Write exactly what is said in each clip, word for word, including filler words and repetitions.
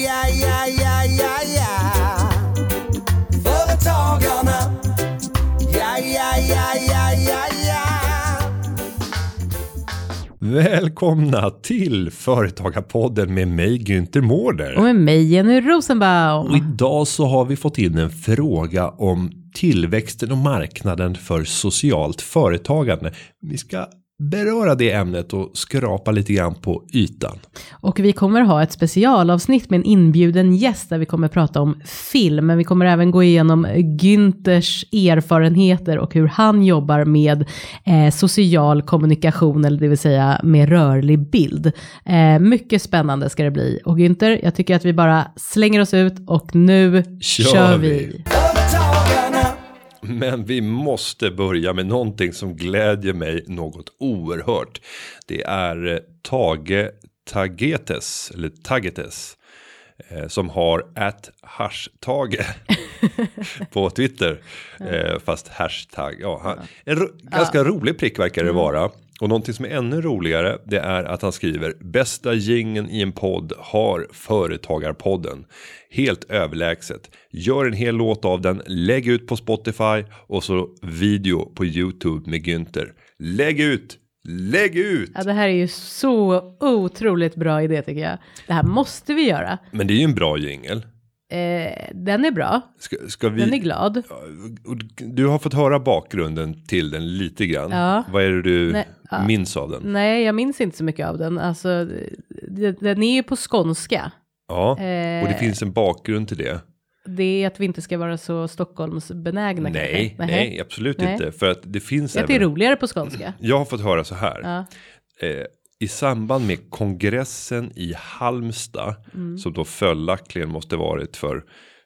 ja, ja, ja, ja, ja. Företagarna. Ja, ja, ja, ja, ja, ja. Välkomna till Företagarpodden med mig Günther Mårder. Och med mig Jenny Rosenbaum. Och idag så har vi fått in en fråga om tillväxten och marknaden för socialt företagande. Vi ska beröra det ämnet och skrapa lite grann på ytan. Och vi kommer ha ett specialavsnitt med en inbjuden gäst där vi kommer prata om film. Men vi kommer även gå igenom Günthers erfarenheter och hur han jobbar med eh, social kommunikation, eller det vill säga med rörlig bild. Eh, mycket spännande ska det bli. Och Günther, jag tycker att vi bara slänger oss ut och nu kör, kör vi. vi. Men vi måste börja med någonting som glädjer mig något oerhört. Det är Tage Tagetes, eller Tagetes, eh, som har at hashtag på Twitter. Eh, fast hashtag, ja, han, en ro, ganska ja. rolig prick verkar det vara. Och någonting som är ännu roligare, det är att han skriver: bästa jingeln i en podd har Företagarpodden. Helt överlägset. Gör en hel låt av den, lägg ut på Spotify och så video på YouTube med Günther. Lägg ut! Lägg ut! Ja, det här är ju så otroligt bra idé tycker jag. Det här måste vi göra. Men det är ju en bra jingle. Eh, den är bra. Ska, ska vi, den är glad. Du har fått höra bakgrunden till den lite grann. Ja. Vad är det du Nej, ja. minns av den? Nej, jag minns inte så mycket av den. Alltså, den är ju på skånska. Ja, och det finns en bakgrund till det. Det är att vi inte ska vara så Stockholmsbenägna. Nej, nej, nej, absolut nej. inte. För att det finns även... Det är roligare på skånska. Jag har fått höra så här. Ja. Eh, I samband med kongressen i Halmstad, mm. som då följaktligen måste varit för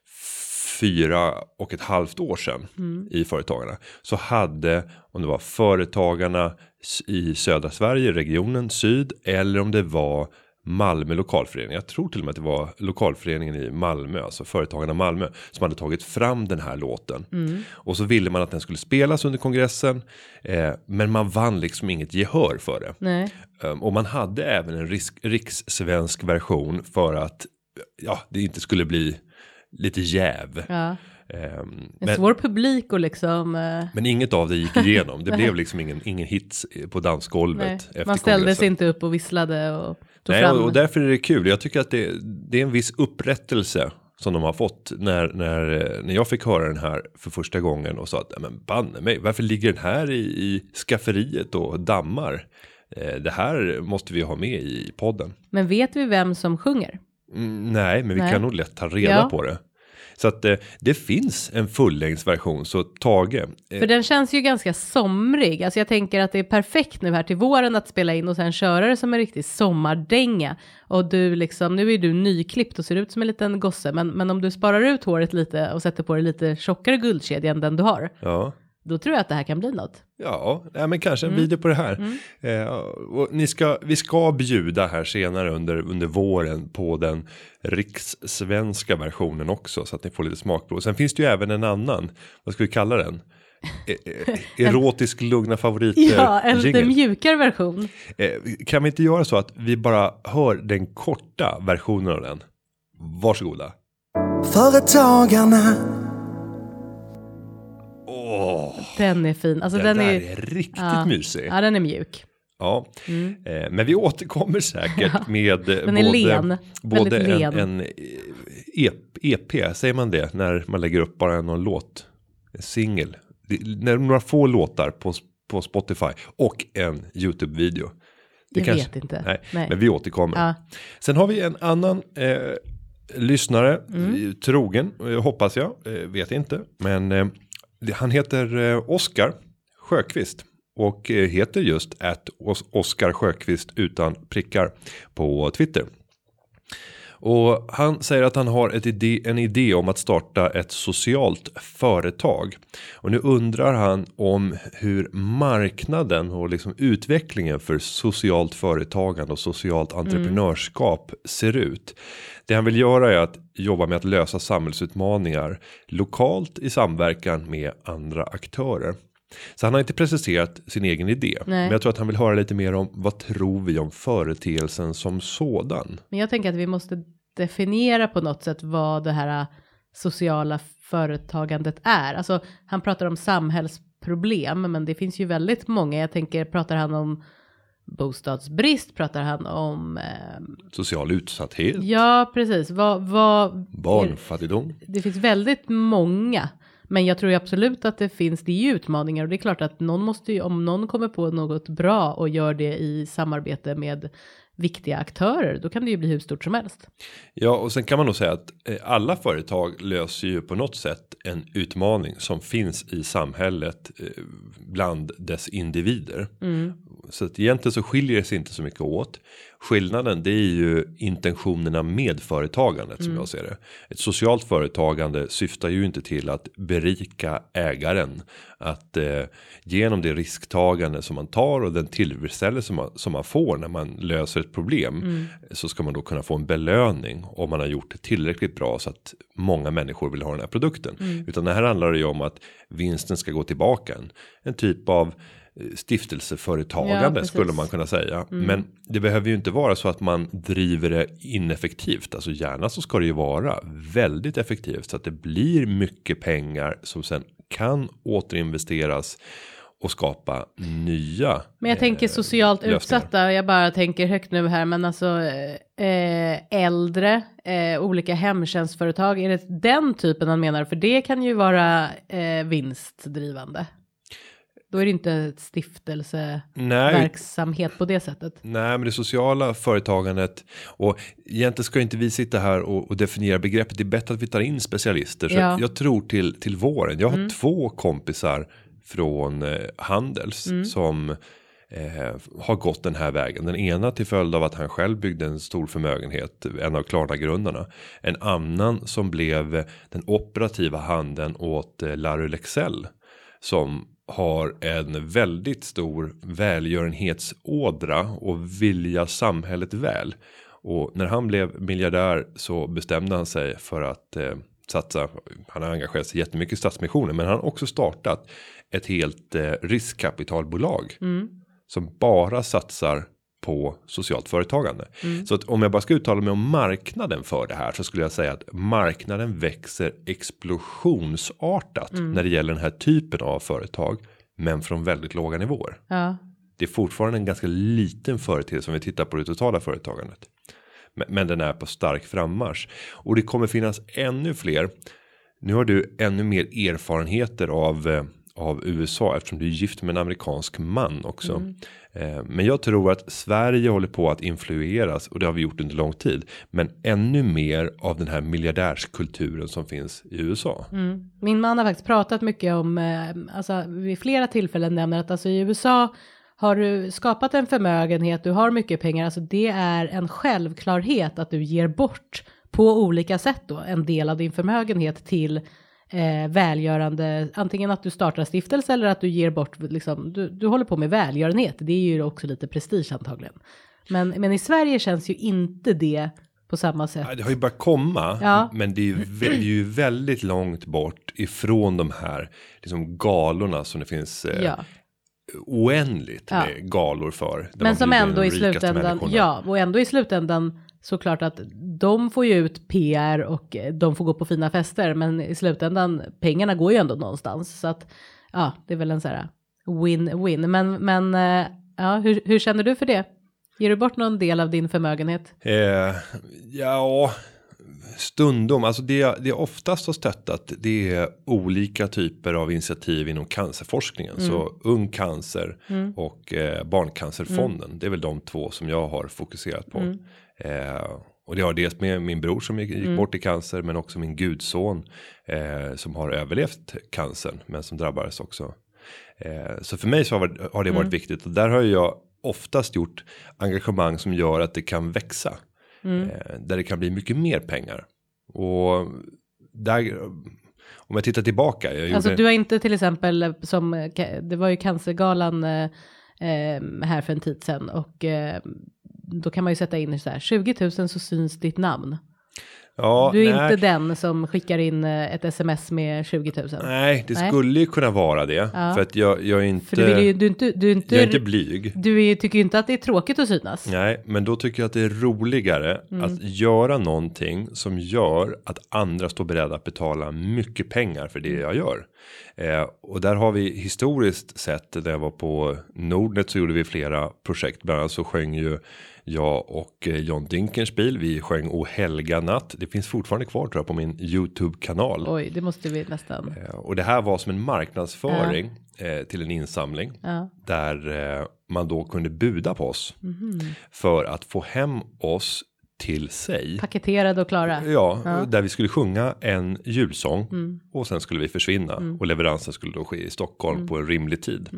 fyra och ett halvt år sedan mm. i Företagarna, så hade, om det var Företagarna i södra Sverige, regionen syd, eller om det var Malmö lokalförening. Jag tror till och med att det var lokalföreningen i Malmö, alltså Företagarna Malmö, som hade tagit fram den här låten. Mm. Och så ville man att den skulle spelas under kongressen, eh, men man vann liksom inget gehör för det. Nej. Um, och man hade även en riks- rikssvensk version för att ja, det inte skulle bli lite jäv. Ja. Um, en men, svår publik och liksom... Uh... Men inget av det gick igenom. Det blev liksom ingen, ingen hit på dansgolvet. Efter man ställde kongressen. sig inte upp och visslade och tog Nej, fram. Och därför är det kul. Jag tycker att det, det är en viss upprättelse som de har fått när, när, när jag fick höra den här för första gången och sa att men banne mig, varför ligger den här i, i skafferiet och dammar? Eh, det här måste vi ha med i podden. Men vet vi vem som sjunger? Mm, nej, men vi nej. kan nog lätt ta reda ja. på det. Så att eh, det finns en fullängdsversion, så Tage. Eh, För den känns ju ganska somrig. Alltså jag tänker att det är perfekt nu här till våren att spela in och sen köra det som en riktig sommardänga. Och du liksom, nu är du nyklippt och ser ut som en liten gosse. Men, men om du sparar ut håret lite och sätter på dig lite tjockare guldkedja än den du har. Ja. Då tror jag att det här kan bli något. Ja, nej, men kanske en mm. video på det här. Mm. Eh, och ni ska, vi ska bjuda här senare under, under våren på den rikssvenska versionen också. Så att ni får lite smakprov. Sen finns det ju även en annan, vad ska vi kalla den? E- erotisk lugna favorit. Ja, en lite mjukare version. Eh, kan vi inte göra så att vi bara hör den korta versionen av den? Varsågoda. Företagarna. Oh, den är fin. Alltså den, den är, är riktigt ja, mysig. Ja, den är mjuk. Ja, mm. eh, men vi återkommer säkert ja. med den både, len. både en, en E P, säger man det, när man lägger upp bara någon låt, en singel, några få låtar på, på Spotify och en YouTube-video. Det jag kanske, vet inte. Nej, nej. Men vi återkommer. Ja. Sen har vi en annan eh, lyssnare, mm. trogen, hoppas jag, eh, vet inte, men eh, han heter eh, Oskar Sjöqvist och eh, heter just att Oskar Sjöqvist utan prickar på Twitter. Och han säger att han har ett idé, en idé om att starta ett socialt företag. Och nu undrar han om hur marknaden och liksom utvecklingen för socialt företagande och socialt entreprenörskap mm. ser ut. Det han vill göra är att jobba med att lösa samhällsutmaningar lokalt i samverkan med andra aktörer. Så han har inte preciserat sin egen idé. Nej. Men jag tror att han vill höra lite mer om vad tror vi om företeelsen som sådan. Men jag tänker att vi måste definiera på något sätt vad det här sociala företagandet är. Alltså han pratar om samhällsproblem, men det finns ju väldigt många. Jag tänker, pratar han om bostadsbrist, pratar han om eh, social utsatthet. Ja, precis. Vad, vad, barnfattigdom. Det finns väldigt många. Men jag tror ju absolut att det finns det är utmaningar. Och det är klart att någon måste ju, om någon kommer på något bra och gör det i samarbete med viktiga aktörer, då kan det ju bli hur stort som helst. Ja, och sen kan man nog säga att alla företag löser ju på något sätt en utmaning som finns i samhället bland dess individer. Mm. Så att egentligen så skiljer det sig inte så mycket åt. Skillnaden, det är ju intentionerna med företagandet som mm. jag ser det. Ett socialt företagande syftar ju inte till att berika ägaren. Att eh, genom det risktagande som man tar och den tillfredsställelse som man, som man får när man löser ett problem. Mm. Så ska man då kunna få en belöning om man har gjort det tillräckligt bra så att många människor vill ha den här produkten. Mm. Utan det här handlar det ju om att vinsten ska gå tillbaka. En, en typ av stiftelseföretagande ja, skulle man kunna säga. Mm. Men det behöver ju inte vara så att man driver det ineffektivt. Alltså gärna så ska det ju vara väldigt effektivt så att det blir mycket pengar som sen kan återinvesteras och skapa nya. Men jag eh, tänker socialt lösningar. Utsatta, jag bara tänker högt nu här, men alltså eh, äldre, eh, olika hemtjänstföretag, är det den typen han menar? För det kan ju vara eh, vinstdrivande. Då är det inte ett stiftelseverksamhet på det sättet. Nej, men det sociala företagandet, och egentligen ska inte vi sitta här och, och definiera begreppet. Det är bättre att vi tar in specialister. Så ja. jag tror till, till våren. Jag har mm. två kompisar från eh, Handels mm. som eh, har gått den här vägen. Den ena till följd av att han själv byggde en stor förmögenhet, en av Klarna-grundarna. En annan som blev den operativa handen åt eh, Larry Lexell, som har en väldigt stor välgörenhetsådra och vilja samhället väl. Och när han blev miljardär så bestämde han sig för att eh, satsa. Han har engagerat sig jättemycket i Stadsmissionen, men han har också startat ett helt eh, riskkapitalbolag mm. som bara satsar på socialt företagande. Mm. Så att om jag bara ska uttala mig om marknaden för det här, så skulle jag säga att marknaden växer explosionsartat mm. när det gäller den här typen av företag, men från väldigt låga nivåer. Ja. Det är fortfarande en ganska liten företeelse om vi tittar på det totala företagandet. Men, men den är på stark frammarsch. Och det kommer finnas ännu fler. Nu har du ännu mer erfarenheter av eh, av U S A, eftersom du är gift med en amerikansk man också. Mm. Eh, men jag tror att Sverige håller på att influeras, och det har vi gjort under lång tid, men ännu mer av den här miljardärskulturen som finns i U S A. Mm. Min man har faktiskt pratat mycket om, eh, alltså vid flera tillfällen nämner att alltså i U S A har du skapat en förmögenhet, du har mycket pengar, alltså det är en självklarhet att du ger bort på olika sätt då en del av din förmögenhet till Eh, välgörande, antingen att du startar stiftelse eller att du ger bort, liksom, du, du håller på med välgörenhet. Det är ju också lite prestige antagligen. Men, men i Sverige känns ju inte det på samma sätt. Ja, det har ju bara komma, ja. Men det är, ju, det är ju väldigt långt bort ifrån de här liksom, galorna som det finns eh, ja. oändligt ja. med galor för. Men som ändå i slutändan, ja, och ändå i slutändan såklart att de får ju ut P R och de får gå på fina fester, men i slutändan pengarna går ju ändå någonstans, så att ja, det är väl en sån här win-win. Men, men ja, hur, hur känner du för det? Ger du bort någon del av din förmögenhet? Eh, ja, stundom. Alltså det, det är oftast har stöttat, det är olika typer av initiativ inom cancerforskningen. Mm. Så Ung Cancer mm. och eh, Barncancerfonden, mm. det är väl de två som jag har fokuserat på. Mm. Eh, och det har dels med min bror som gick mm. bort i cancer, men också min gudson eh, som har överlevt cancern men som drabbades också. Eh, så för mig så har, har det varit mm. viktigt, och där har jag oftast gjort engagemang som gör att det kan växa. Mm. Eh, där det kan bli mycket mer pengar. Och där, om jag tittar tillbaka. Jag alltså gjorde... du har inte till exempel, som det var ju cancergalan eh, här för en tid sedan, och eh, då kan man ju sätta in så här tjugo tusen så syns ditt namn. Ja, du är nej. inte den som skickar in ett sms med tjugo tusen. Nej, det Nej. skulle ju kunna vara det. Ja. För att jag, jag är inte... För du, vill ju, du, är inte, du, är inte, jag är inte blyg. du är, tycker ju inte att det är tråkigt att synas. Nej, men då tycker jag att det är roligare Mm. att göra någonting som gör att andra står beredda att betala mycket pengar för det jag gör. Eh, och där har vi historiskt sett, när jag var på Nordnet så gjorde vi flera projekt. Bland annat så sjöng ju jag och John Dinkelspiel, vi sjöng O helga natt. Det finns fortfarande kvar tror jag på min YouTube-kanal. Oj, det måste vi nästan. Eh, och det här var som en marknadsföring eh, till en insamling. Ja. Där eh, man då kunde buda på oss. Mhm. För att få hem oss till sig. Paketerade och klara. Ja, Ja. där vi skulle sjunga en julsång. Mm. Och sen skulle vi försvinna. Och leveransen skulle då ske i Stockholm Mm. på en rimlig tid.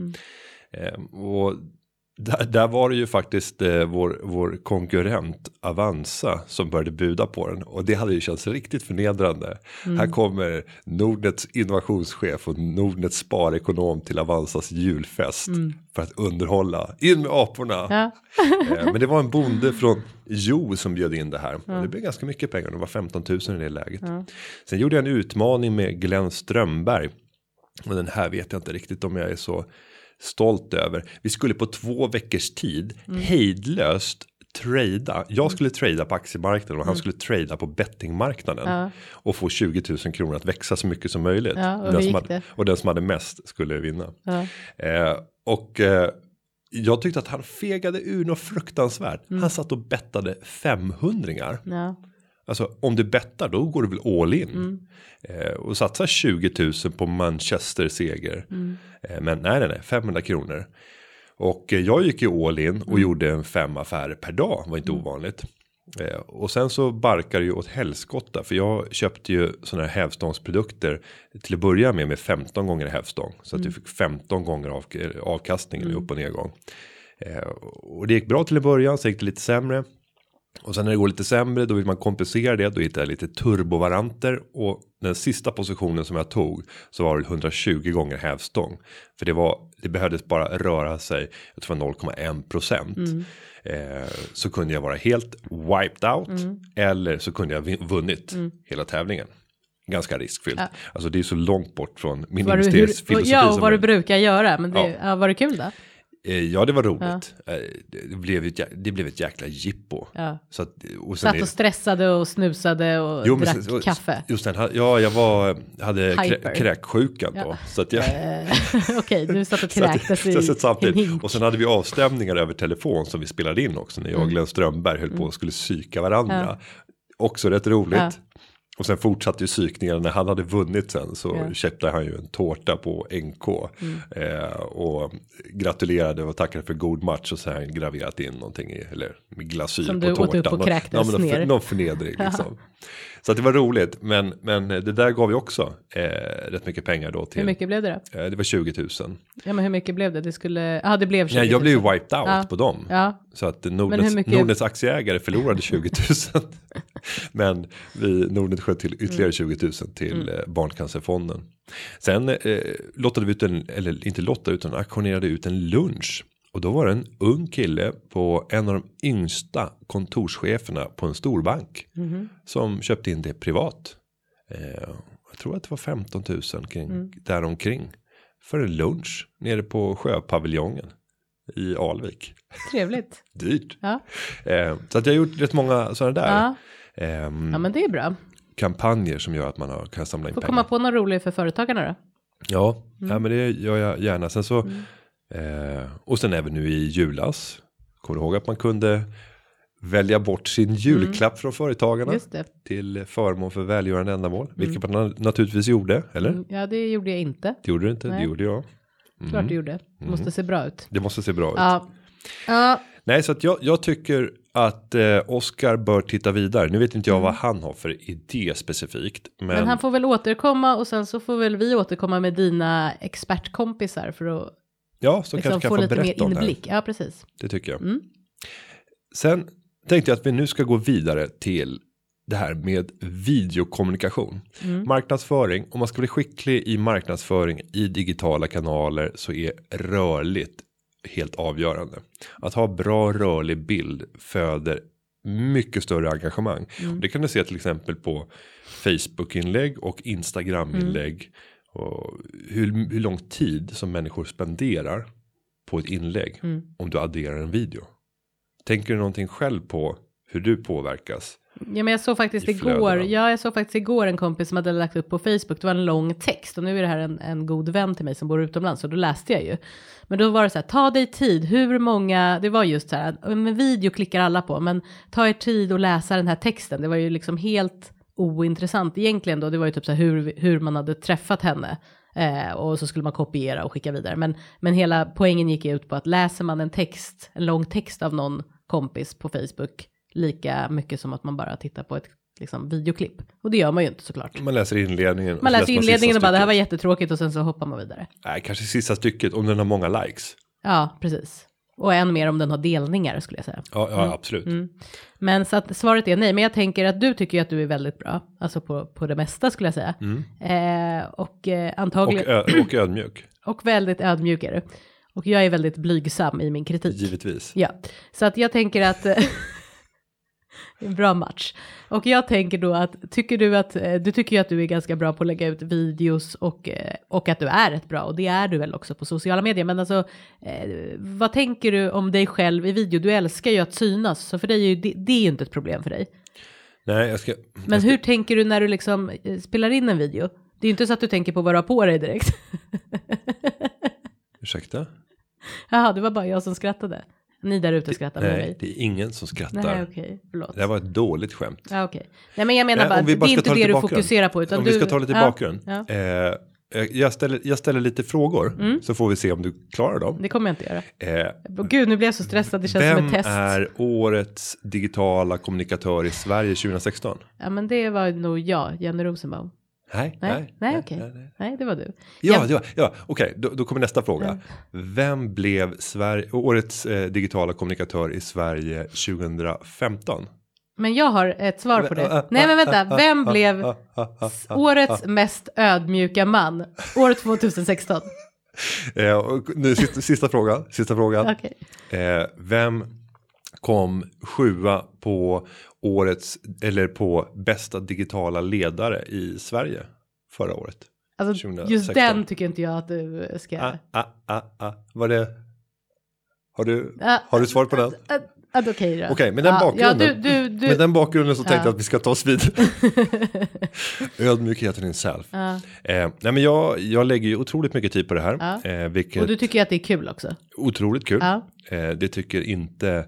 Eh, och där, där var det ju faktiskt eh, vår, vår konkurrent Avanza som började buda på den. Och det hade ju känts riktigt förnedrande. Mm. Här kommer Nordnets innovationschef och Nordnets sparekonom till Avanzas julfest. Mm. För att underhålla. In med aporna! Ja. Eh, men det var en bonde från Jo som bjöd in det här. Och det blev ganska mycket pengar. Det var femton tusen i det läget. Ja. Sen gjorde jag en utmaning med Glenn Strömberg. Och den här vet jag inte riktigt om jag är så stolt över. Vi skulle på två veckors tid Mm. hejdlöst trada. Jag skulle trada på aktiemarknaden och han skulle trada på bettingmarknaden. Ja. Och få tjugo tusen kronor att växa så mycket som möjligt. Ja, och hur den som gick hade, det? och den som hade mest skulle vinna. Ja. Eh, och eh, jag tyckte att han fegade ur något fruktansvärt. Mm. Han satt och bettade femhundringar. Ja. Alltså om du bettar då går du väl all in. Mm. Eh, och satsar tjugo tusen på Manchester seger. Mm. Eh, men nej nej nej, femhundra kronor. Och eh, jag gick ju all in och Mm. gjorde en fem affärer per dag. Var inte ovanligt. Eh, och sen så barkar ju åt helskotta. För jag köpte ju sådana här hävstångsprodukter till att börja med med femton gånger hävstång. Så att du fick femton gånger av, avkastningen i upp och nedgång. Eh, och det gick bra till en början, så gick det lite sämre. Och sen när det går lite sämre, då vill man kompensera det. Då hittar jag lite turbovaranter. Och den sista positionen som jag tog, så var det hundratjugo gånger hävstång. För det var, det behövdes bara röra sig, jag tror det var noll komma en procent. Mm. Eh, så kunde jag vara helt wiped out. Mm. Eller så kunde jag vin- vunnit hela tävlingen. Ganska riskfyllt. Ja. Alltså det är så långt bort från min Vad du, hur, investeringsfilosofi. ja, och som vad du möjligt. brukar göra. Men det, Ja. ja. var det kul då? Eh, Ja, det var roligt. Eh, Det blev ett, jä- det blev ett jäkla jippo. Ja. Så att, och sen Satt är- och stressade och snusade och Jo, men drack sen- och- kaffe. Just den, här- ja, jag var, hade krä, Hyper. kräksjukan då. Ja. Så att jag... Eh, Okej, du satt och så att- kräktes i så att en samtidigt. hink. Och sen hade vi avstämningar över telefon som vi spelade in också. När jag och Glenn Strömberg höll på och skulle psyka varandra. Mm. Ja. Också rätt roligt. Ja. Och sen fortsatte ju psykningen. När han hade vunnit sen så Ja. köpte han ju en tårta på N K. Eh, och gratulerade och tackade för god match. Och så har han graverat in någonting i, eller med glasyr Som på du åt tårtan. upp och Någon- kräktes ja, men någon, ner. för, någon förnedring liksom. Så att det var roligt. Men, men det där gav ju också eh, rätt mycket pengar då till. Hur mycket blev det då? Eh, det var tjugo tusen. Ja, men hur mycket blev det? Det skulle, ja det blev tjugo tusen. Nej, jag blev ju wiped out Ja. på dem. Ja, Så att Men Nordnets, hur mycket- Nordnets aktieägare förlorade tjugo tusen. Men vi, Nordnet sköt till ytterligare Mm. tjugo tusen till eh, Barncancerfonden. Sen eh, lottade vi ut en, eller inte lottade utan auktionerade ut en lunch. Och då var det en ung kille på en av de yngsta kontorscheferna på en storbank. Mhm. Som köpte in det privat. Eh, jag tror att det var femton tusen kring, Mm. däromkring. För en lunch nere på Sjöpaviljongen i Alvik. trevligt. Dyrt. Ja. Eh, så att jag har gjort rätt många sådana där. Ja. ehm, ja, men det är bra. kampanjer som gör att man har, kan samla in Får pengar. komma på något roligt för företagarna då. Ja, Mm. ja, men det gör jag gärna. Sen så, eh, och sen även nu i julas. Kommer du ihåg att man kunde välja bort sin julklapp från företagarna. Mm. Just det. Till förmån för välgörande ändamål. Vilket man naturligtvis gjorde, eller? Mm, ja, det gjorde jag inte. Det gjorde du inte, det Nej. gjorde jag. Klart det gjorde. Det måste se bra ut. Det måste se bra ut. Ja. Ja. Nej, så att jag, jag tycker att eh, Oscar bör titta vidare. Nu vet inte jag Mm. vad han har för idé specifikt. Men, Men han får väl återkomma och sen så får väl vi återkomma med dina expertkompisar för att ja, så liksom kanske få kan få lite mer berätta om det här. inblick. Ja, precis. Det tycker jag. Mm. Sen tänkte jag att vi nu ska gå vidare till det här med videokommunikation. Mm. Marknadsföring. Om man ska bli skicklig i marknadsföring i digitala kanaler så är rörligt helt avgörande. Att ha bra rörlig bild föder mycket större engagemang. Mm. Och det kan du se till exempel på Facebook-inlägg och Instagram-inlägg. Mm. Och hur, hur lång tid som människor spenderar på ett inlägg mm. om du adderar en video. Tänker du någonting själv på hur du påverkas? Ja, men jag såg faktiskt igår, ja, jag såg faktiskt igår en kompis som hade lagt upp på Facebook. Det var en lång text och nu är det här en, en god vän till mig som bor utomlands och då läste jag ju. Men då var det så här, ta dig tid, hur många, det var just så här, en video klickar alla på, men ta er tid att läsa den här texten. Det var ju liksom helt ointressant egentligen då, det var ju typ så här hur, hur man hade träffat henne. Eh, och så skulle man kopiera och skicka vidare. Men, men hela poängen gick ut på att läser man en text, en lång text av någon kompis på Facebook lika mycket som att man bara tittar på ett liksom, videoklipp. Och det gör man ju inte såklart. Man läser inledningen. Man läser inledningen och bara det här var jättetråkigt och sen så hoppar man vidare. Nej, kanske sista stycket om den har många likes. Ja, precis. Och än mer om den har delningar skulle jag säga. Ja, ja mm. absolut. Mm. Men så att svaret är nej. Men jag tänker att du tycker att du är väldigt bra. Alltså på, på det mesta skulle jag säga. Mm. Eh, och eh, antagligen... Och, ö- och ödmjuk. Och väldigt ödmjuk är du. Och jag är väldigt blygsam i min kritik. Givetvis. Ja, så att jag tänker att... en bra match. Och jag tänker då att, tycker du att, du tycker ju att du är ganska bra på att lägga ut videos och, och att du är rätt bra. Och det är du väl också på sociala medier. Men alltså, eh, vad tänker du om dig själv i video? Du älskar ju att synas. Så för dig är ju, det, det är ju inte ett problem för dig. Nej, jag ska... Men jag ska... hur tänker du när du liksom spelar in en video? Det är ju inte så att du tänker på vad du har på dig direkt. Ursäkta? Jaha, det var bara jag som skrattade. Ni där ute skrattar med Nej, mig. det är ingen som skrattar. Nej, okej. Okay. Förlåt. Det här var ett dåligt skämt. Ja, okej. Okay. Nej, men jag menar Nej, bara, bara det är inte det du bakgrund. fokuserar på. Utan om du... vi ska ta lite ja, bakgrund. Ja. Eh, jag, ställer, jag ställer lite frågor. Mm. Så får vi se om du klarar dem. Det kommer jag inte göra. Eh, Gud, nu blir jag så stressad. Det känns vem som ett test. Vem är årets digitala kommunikatör i Sverige tjugo sexton? Ja, men det var nog jag, Jenny Rosenbaum. Nej, nej, nej, nej, okej. Okay. Nej, nej, det var du. Ja, jag... det var, ja okej, okay, då, då kommer nästa fråga. Mm. Vem blev Sverige, årets eh, digitala kommunikatör i Sverige tjugo femton? Men jag har ett svar på det. Nej, men vänta. Vem blev årets mest ödmjuka man år tjugo sexton? eh, och nu, sista, sista frågan. Sista frågan. Okay. Eh, vem kom sjua på årets eller på bästa digitala ledare i Sverige förra året? Alltså just den tycker inte jag att du ska... Ah, ah, ah, ah. Var det... Har du, ah, har du svar på den? Ah, ah, Okej okay, då. Okej, med den ah, bakgrunden, ja, du, du, du... med den bakgrunden så tänkte jag ah. att vi ska ta oss vid ödmjukheten in self. Ah. Eh, nej, men jag, jag lägger ju otroligt mycket tid på det här. Ah. Eh, vilket... Och du tycker att det är kul också? Otroligt kul. Ah. Eh, det tycker inte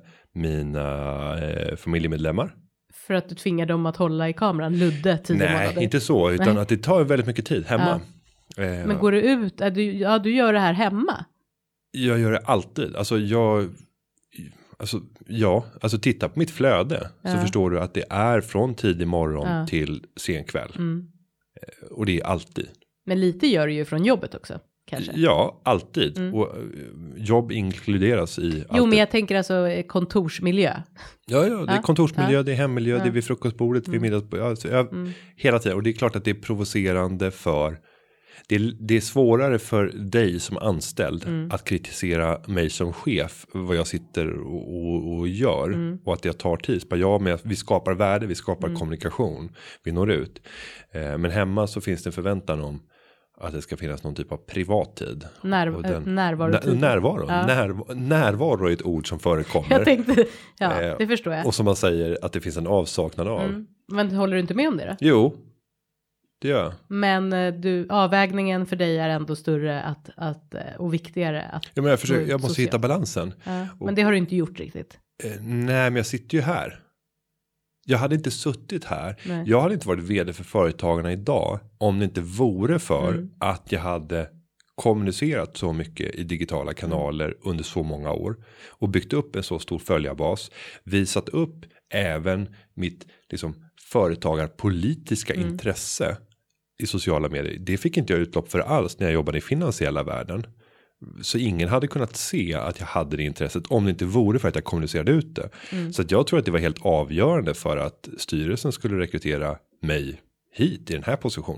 mina eh, familjemedlemmar. För att du tvingar dem att hålla i kameran Ludde tio Nej, månader? Nej, inte så. Utan Nej. att det tar väldigt mycket tid hemma. Ja. Eh, Men går du ut? Är du, ja, du gör det här hemma? Jag gör det alltid. Alltså jag... Alltså, ja, alltså titta på mitt flöde. Ja. Så förstår du att det är från tidig morgon ja. till sen kväll. Mm. Eh, och det är alltid. Men lite gör du ju från jobbet också. Kanske. Ja, alltid. Mm. Och jobb inkluderas i Jo, alltid. Men jag tänker alltså kontorsmiljö. Ja, ja, det är kontorsmiljö, ja. det är hemmiljö, ja. det är vid frukostbordet, mm. vid middagsbordet. Alltså, jag, mm. Hela tiden. Och det är klart att det är provocerande för... Det är, det är svårare för dig som anställd mm. att kritisera mig som chef. Vad jag sitter och, och, och gör. Mm. Och att jag tar tid. Ja, men vi skapar värde, vi skapar mm. kommunikation. Vi når ut. Eh, men hemma så finns det en förväntan om att det ska finnas någon typ av privattid. När, den, närvaro. N- närvaro. Ja. Närv- närvaro är ett ord som förekommer. Jag tänkte, ja eh, det förstår jag. Och som man säger att det finns en avsaknad av. Mm. Men håller du inte med om det då? Jo, det gör jag. Men du, avvägningen för dig är ändå större att, att, och viktigare. Att ja, men jag, försöker, jag måste social. hitta balansen. Ja, och, men det har du inte gjort riktigt. Eh, nej, men jag sitter ju här. Jag hade inte suttit här. Nej. Jag hade inte varit vd för företagarna idag om det inte vore för mm. att jag hade kommunicerat så mycket i digitala kanaler mm. under så många år och byggt upp en så stor följarbas, visat upp även mitt liksom företagarpolitiska mm. intresse i sociala medier. Det fick inte jag utlopp för alls när jag jobbade i finansiella världen. Så ingen hade kunnat se att jag hade det intresset om det inte vore för att jag kommunicerade ut det. Mm. Så att jag tror att det var helt avgörande för att styrelsen skulle rekrytera mig hit i den här positionen.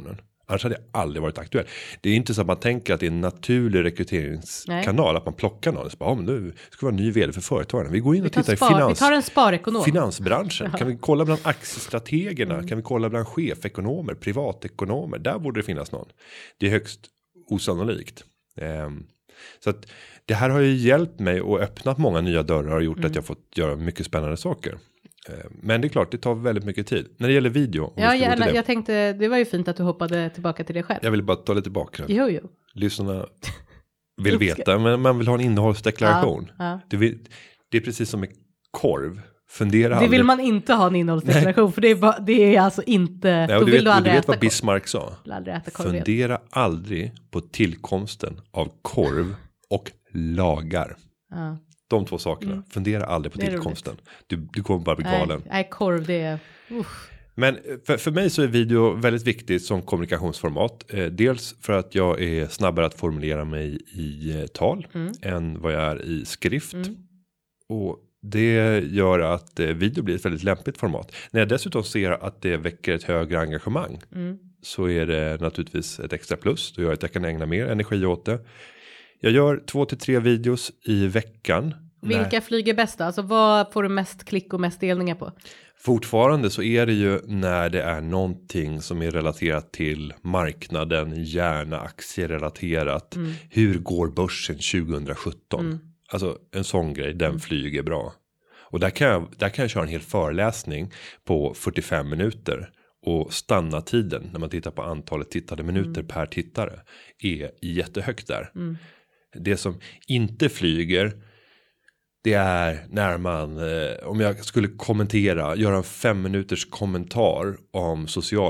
Annars hade jag aldrig varit aktuell. Det är inte så att man tänker att det är en naturlig rekryteringskanal. Nej. Att man plockar någon. Så bara, ja, men nu ska vi vara ny vd för företagen. Vi går in och tittar spar, i finans, vi tar en sparekonom. finansbranschen. Ja. Kan vi kolla bland aktiestrategerna? Mm. Kan vi kolla bland chefekonomer, privatekonomer? Där borde det finnas någon. Det är högst osannolikt. Um, så att det här har ju hjälpt mig och öppnat många nya dörrar och gjort mm. att jag fått göra mycket spännande saker. Men det är klart, det tar väldigt mycket tid. När det gäller video. Ja, gärna, jag tänkte, det var ju fint att du hoppade tillbaka till det själv. Jag vill bara ta lite bakgrund. Jo, jo. Lyssnarna vill veta, men man vill ha en innehållsdeklaration. Ja, ja. Det, vill, det är precis som med korv. Fundera det aldrig. vill man inte ha en innehållsdeklaration, för det är, bara, det är alltså inte... Nej, då du vill vet, du aldrig du vet äta vad Bismarck sa. Aldrig äta korv. Fundera aldrig på tillkomsten av korv och lagar. Ja. De två sakerna. Mm. Fundera aldrig på tillkomsten. Du, du kommer bara bli galen. Nej, nej korv det är... Uff. Men för, för mig så är video väldigt viktigt som kommunikationsformat. Eh, dels för att jag är snabbare att formulera mig i eh, tal mm. än vad jag är i skrift. Mm. Och det gör att eh, video blir ett väldigt lämpligt format. När jag dessutom ser att det väcker ett högre engagemang mm. så är det naturligtvis ett extra plus. Då gör att jag kan ägna mer energi åt det. Jag gör två till tre videos i veckan. Vilka när... flyger bäst då? Alltså vad får du mest klick och mest delningar på? Fortfarande så är det ju när det är någonting som är relaterat till marknaden, gärna aktierelaterat. Mm. Hur går börsen tjugohundrasjutton? Mm. Alltså en sån grej, den mm. flyger bra. Och där kan, jag, där kan jag köra en hel föreläsning på fyrtiofem minuter. Och stanna tiden när man tittar på antalet tittade minuter mm. per tittare är jättehögt där. Mm. Det som inte flyger, det är när man, eh, om jag skulle kommentera, göra en fem minuters kommentar om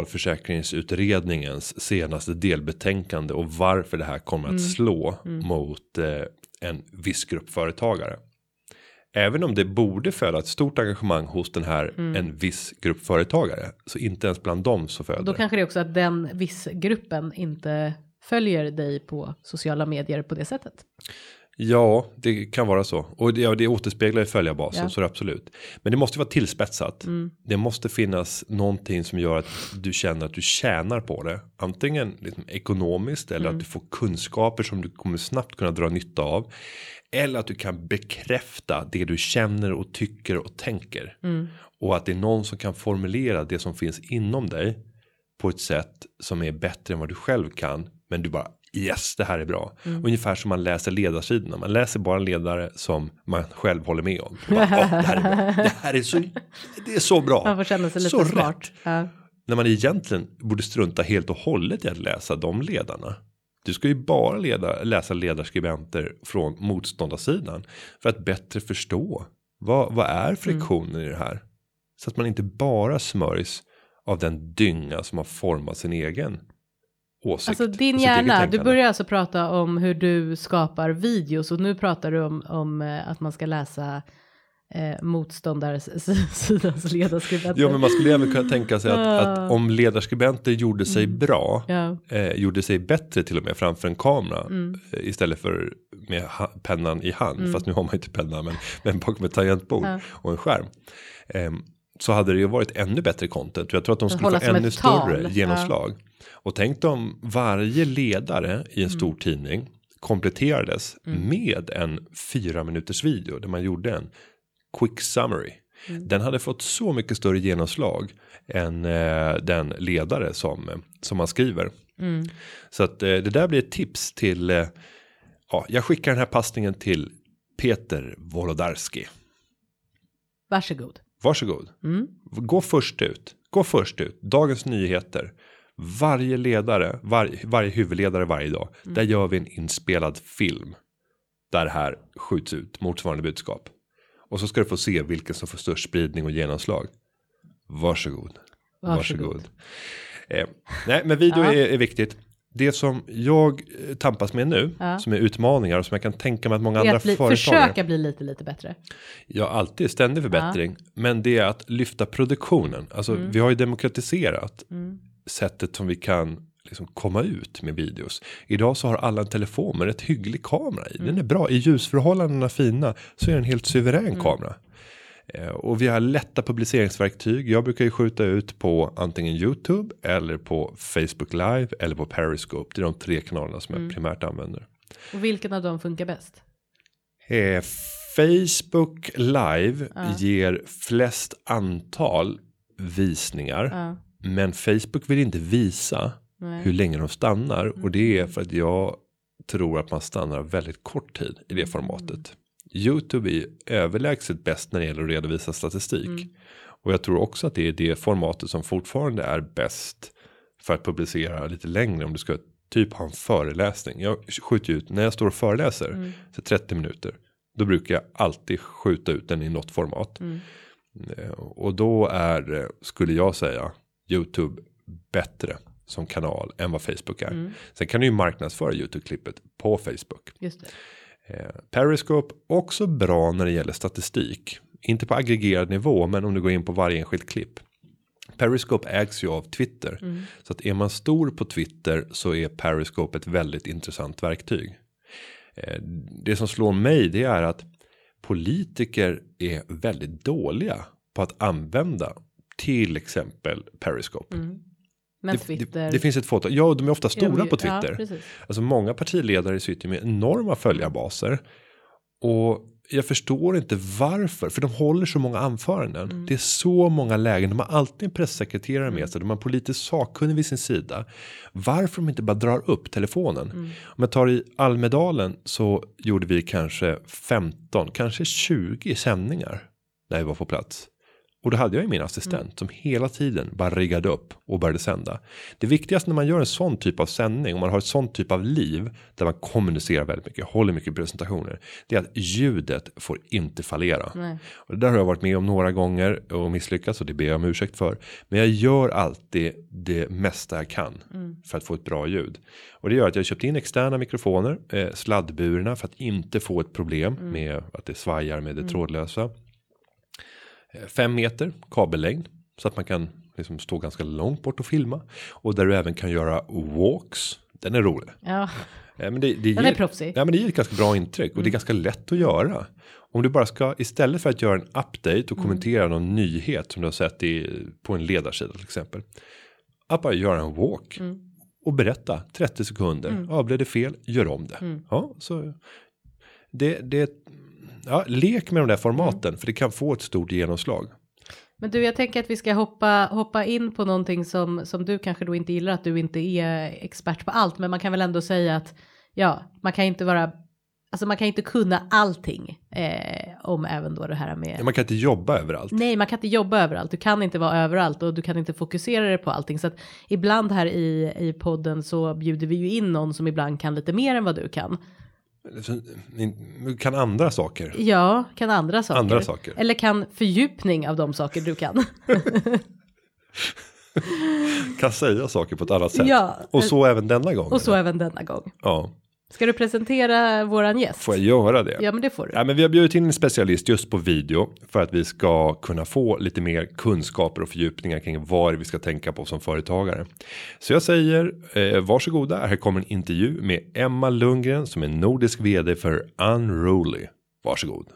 socialförsäkringsutredningens senaste delbetänkande och varför det här kommer mm. att slå mm. mot eh, en viss grupp företagare. Även om det borde föda ett stort engagemang hos den här mm. en viss grupp företagare, så inte ens bland dem så föder. Då kanske det är också att den viss gruppen inte följer dig på sociala medier på det sättet. Ja, det kan vara så. Och det, ja, det återspeglar i följarbasen, ja. Så är det absolut. Men det måste vara tillspetsat. Mm. Det måste finnas någonting som gör att du känner att du tjänar på det. Antingen liksom ekonomiskt eller mm. att du får kunskaper som du kommer snabbt kunna dra nytta av. Eller att du kan bekräfta det du känner och tycker och tänker. Mm. Och att det är någon som kan formulera det som finns inom dig på ett sätt som är bättre än vad du själv kan. Men du bara, yes, det här är bra. Mm. Ungefär som man läser ledarsidorna. Man läser bara en ledare som man själv håller med om. Bara, det här är bra. Det här är så, det är så bra. Man får känna sig lite så smart. Ja. När man egentligen borde strunta helt och hållet i att läsa de ledarna. Du ska ju bara leda, läsa ledarskribenter från motståndarsidan. För att bättre förstå. Vad, vad är friktionen mm. i det här? Så att man inte bara smörjs av den dynga som har format sin egen åsikt. Alltså din hjärna, du börjar alltså prata om hur du skapar videos. Och nu pratar du om, om att man ska läsa eh, motståndarsidans ledarskribenter. Ja, men man skulle även kunna tänka sig att, att om ledarskribenter gjorde sig mm. bra, ja. eh, gjorde sig bättre till och med framför en kamera, mm. eh, istället för med ha- pennan i hand, mm. fast nu har man inte pennan, men, men bakom ett tangentbord ja. och en skärm. Eh, så hade det ju varit ännu bättre content. Jag tror att de skulle få ännu större genomslag. Ja. Och tänk om varje ledare i en stor mm. tidning kompletterades mm. med en fyra minuters video där man gjorde en quick summary. Mm. Den hade fått så mycket större genomslag än eh, den ledare som, som man skriver. Mm. Så att eh, det där blir ett tips till, eh, ja, jag skickar den här passningen till Peter Wolodarski. Varsågod. Varsågod. Mm. Gå först ut. Gå först ut. Dagens Nyheter. Varje ledare, var, varje huvudledare varje dag. Mm. Där gör vi en inspelad film. Där här skjuts ut motsvarande budskap. Och så ska du få se vilken som får störst spridning och genomslag. Varsågod. Varsågod. Varsågod. Eh, nej, men video ja. är, är viktigt. Det som jag tampas med nu, ja. som är utmaningar och som jag kan tänka mig att många andra bli, företagare. Försöka bli lite, lite bättre. Ja, alltid ständig förbättring. Ja. Men det är att lyfta produktionen. Alltså, mm. vi har ju demokratiserat mm. sättet som vi kan liksom komma ut med videos. Idag så har alla en telefon med ett hygglig kamera i. Mm. Den är bra. I ljusförhållandena fina så är den en helt suverän mm. kamera. Eh, och vi har lätta publiceringsverktyg. Jag brukar ju skjuta ut på antingen YouTube eller på Facebook Live eller på Periscope. Det är de tre kanalerna som mm. jag primärt använder. Och vilken av dem funkar bäst? Eh, Facebook Live ja. ger flest antal visningar. Ja. Men Facebook vill inte visa Nej. hur länge de stannar. Mm. Och det är för att jag tror att man stannar väldigt kort tid i det formatet. Mm. YouTube är överlägset bäst när det gäller att redovisa statistik. Mm. Och jag tror också att det är det formatet som fortfarande är bäst för att publicera lite längre. Om du ska typ ha en föreläsning. Jag skjuter ut, när jag står och föreläser mm. så trettio minuter. Då brukar jag alltid skjuta ut den i något format. Mm. Och då är, skulle jag säga, YouTube bättre som kanal än vad Facebook är. Mm. Sen kan du ju marknadsföra YouTube-klippet på Facebook. Just det. Eh, Periscope också bra när det gäller statistik. Inte på aggregerad nivå, men om du går in på varje enskilt klipp. Periscope ägs ju av Twitter. Mm. Så att är man stor på Twitter så är Periscope ett väldigt intressant verktyg. Eh, det som slår mig det är att politiker är väldigt dåliga på att använda till exempel Periscope. Mm. Men det, Twitter... det, det finns ett fåtal. Ja, de är ofta stora ju, på Twitter. Ja, alltså många partiledare sitter med enorma följarbaser. Och jag förstår inte varför. För de håller så många anföranden. Mm. Det är så många lägen. De har alltid en pressekreterare med sig. De har politiskt sakkunnig vid sin sida. Varför de inte bara drar upp telefonen. Mm. Om jag tar i Almedalen så gjorde vi kanske femton, kanske tjugo sändningar. När vi var på plats. Och då hade jag ju min assistent mm. som hela tiden bara riggade upp och började sända. Det viktigaste när man gör en sån typ av sändning, om man har ett sån typ av liv där man kommunicerar väldigt mycket, håller mycket presentationer, det är att ljudet får inte fallera. Nej. Och det där har jag varit med om några gånger och misslyckats och det ber jag om ursäkt för. Men jag gör alltid det mesta jag kan mm. för att få ett bra ljud. Och det gör att jag har köpt in externa mikrofoner, eh, sladdburna för att inte få ett problem mm. med att det svajar med det mm. trådlösa. Fem meter kabellängd så att man kan liksom stå ganska långt bort och filma. Och där du även kan göra walks. Den är rolig. Ja, men det, det den ger, är proffsig. Ja, men det ger ett ganska bra intryck och mm. det är ganska lätt att göra. Om du bara ska, istället för att göra en update och kommentera mm. någon nyhet som du har sett i, på en ledarsida till exempel. Att bara göra en walk mm. och berätta trettio sekunder. Mm. Ja, blev det fel? Gör om det. Mm. Ja, så det, det Ja, lek med de där formaten mm. för det kan få ett stort genomslag. Men du, jag tänker att vi ska hoppa, hoppa in på någonting som, som du kanske då inte gillar, att du inte är expert på allt. Men man kan väl ändå säga att ja, man kan inte vara, alltså man kan inte kunna allting eh, om även då det här med... Ja, man kan inte jobba överallt. Nej, man kan inte jobba överallt. Du kan inte vara överallt och du kan inte fokusera dig på allting. Så att ibland här i, i podden så bjuder vi ju in någon som ibland kan lite mer än vad du kan. Kan andra saker? Ja, kan andra saker. Andra saker. Eller kan fördjupning av de saker du kan. Kan säga saker på ett annat sätt. Ja. Och så även denna gång. Och så eller? även denna gång. Ja. Ska du presentera våran gäst? Får jag göra det? Ja, men det får du. Ja, men vi har bjudit in en specialist just på video för att vi ska kunna få lite mer kunskaper och fördjupningar kring vad vi ska tänka på som företagare. Så jag säger eh, varsågoda, här kommer en intervju med Emma Lundgren som är nordisk vd för Unruly. Varsågod.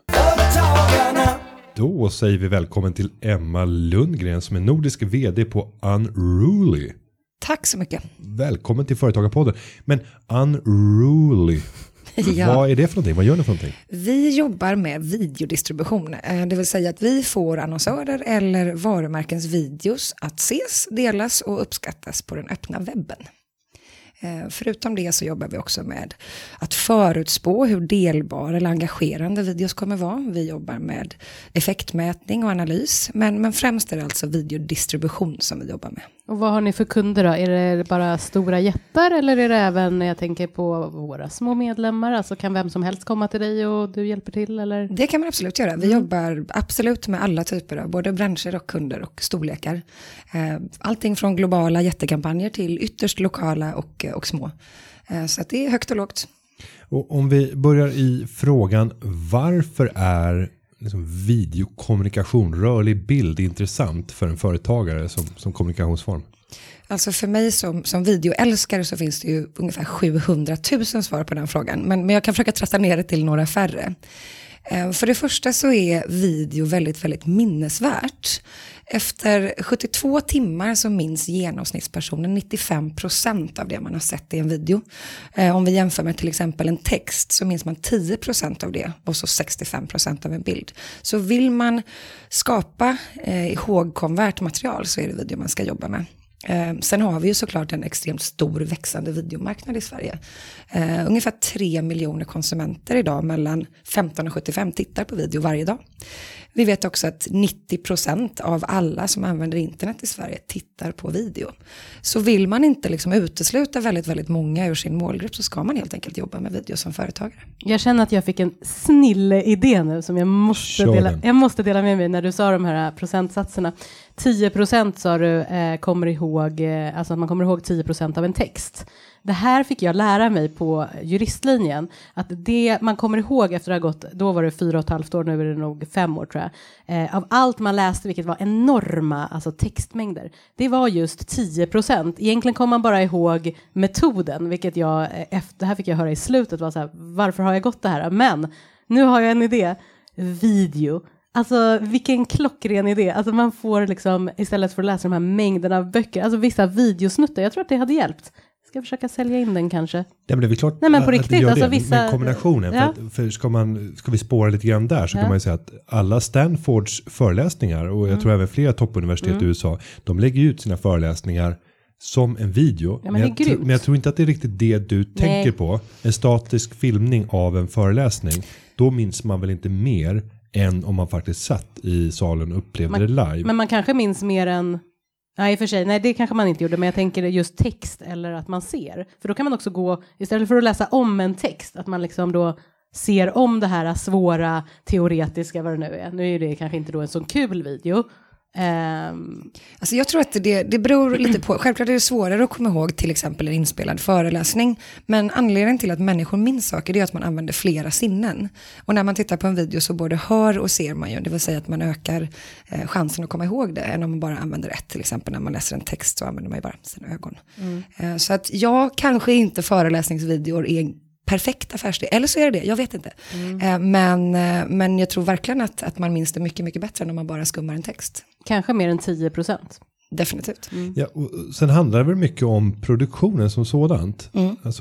Då säger vi välkommen till Emma Lundgren som är nordisk vd på Unruly. Tack så mycket. Välkommen till Företagarpodden. Men Unruly, ja. Vad är det för någonting? Vad gör ni för någonting? Vi jobbar med videodistribution. Det vill säga att vi får annonsörer eller varumärkens videos att ses, delas och uppskattas på den öppna webben. Förutom det så jobbar vi också med att förutspå hur delbara eller engagerande videos kommer vara. Vi jobbar med effektmätning och analys. Men, men främst är det alltså videodistribution som vi jobbar med. Och vad har ni för kunder då? Är det bara stora jättar eller är det även, jag tänker på våra små medlemmar? Alltså kan vem som helst komma till dig och du hjälper till? Eller? Det kan man absolut göra. Vi mm. jobbar absolut med alla typer av både branscher och kunder och storlekar. Allting från globala jättekampanjer till ytterst lokala och, och små. Så att det är högt och lågt. Och om vi börjar i frågan, varför är liksom videokommunikation, rörlig bild intressant för en företagare som, som kommunikationsform? Alltså för mig som, som videoälskare så finns det ju ungefär sjuhundratusen svar på den frågan. Men, men jag kan försöka tratta ner det till några färre. För det första så är video väldigt, väldigt minnesvärt. Efter sjuttiotvå timmar så minns genomsnittspersonen nittiofem procent av det man har sett i en video. Om vi jämför med till exempel en text så minns man tio procent av det och så sextiofem procent av en bild. Så vill man skapa eh, ihågkomvärt material så är det video man ska jobba med. Eh, sen har vi ju såklart en extremt stor växande videomarknad i Sverige. Eh, ungefär tre miljoner konsumenter idag mellan femton och sjuttiofem tittar på video varje dag. Vi vet också att nittio procent av alla som använder internet i Sverige tittar på video. Så vill man inte liksom utesluta väldigt, väldigt många ur sin målgrupp så ska man helt enkelt jobba med video som företagare. Jag känner att jag fick en snille idé nu som jag måste, dela, jag måste dela med mig när du sa de här procentsatserna. tio procent sa du eh, kommer ihåg, eh, alltså att man kommer ihåg tio procent av en text. Det här fick jag lära mig på juristlinjen. Att det man kommer ihåg efter att ha gått, då var det fyra och ett halvt år, nu är det nog fem år tror jag. Eh, av allt man läste, vilket var enorma alltså textmängder. Det var just tio procent. Egentligen kom man bara ihåg metoden, vilket jag, efter, det här fick jag höra i slutet, var så här, varför har jag gått det här? Men nu har jag en idé. Video. Alltså vilken klockren idé. Alltså man får liksom, istället för att läsa de här mängderna av böcker, alltså vissa videosnuttar, jag tror att det hade hjälpt. Ska jag försöka sälja in den kanske? Ja, men det är väl klart. Nej, men på riktigt, att alltså det, vissa... med kombinationen. Ja. För, att, för ska, man, ska vi spåra lite grann där så Ja. kan man ju säga att alla Stanfords föreläsningar och jag Mm. tror även flera toppuniversitet Mm. i U S A, de lägger ut sina föreläsningar som en video. Ja, men men, det är jag, tr- grymt. men jag tror inte att det är riktigt det du tänker på. En statisk filmning av en föreläsning. Då minns man väl inte mer än om man faktiskt satt i salen och upplevde Man- det live. Men man kanske minns mer än... Nej, i och för sig. Nej, det kanske man inte gjorde. Men jag tänker just text eller att man ser. För då kan man också gå, istället för att läsa om en text, att man liksom då ser om det här svåra, teoretiska, vad det nu är. Nu är ju det kanske inte då en sån kul video. Um, Alltså jag tror att det, det beror lite på, självklart är det svårare att komma ihåg till exempel en inspelad föreläsning, men anledningen till att människor minns saker det är att man använder flera sinnen. Och när man tittar på en video så både hör och ser man ju, det vill säga att man ökar eh, chansen att komma ihåg det än om man bara använder ett, till exempel när man läser en text så använder man ju bara sina ögon. Mm. Eh, så att jag kanske inte föreläsningsvideor är perfekt affärsidé, eller så är det det, jag vet inte. Mm. Eh, men, eh, men jag tror verkligen att, att man minns det mycket, mycket bättre än om man bara skummar en text. kanske mer än tio procent. Definitivt. Mm. Ja, och sen handlar det väl mycket om produktionen som sådant. Mm. Alltså,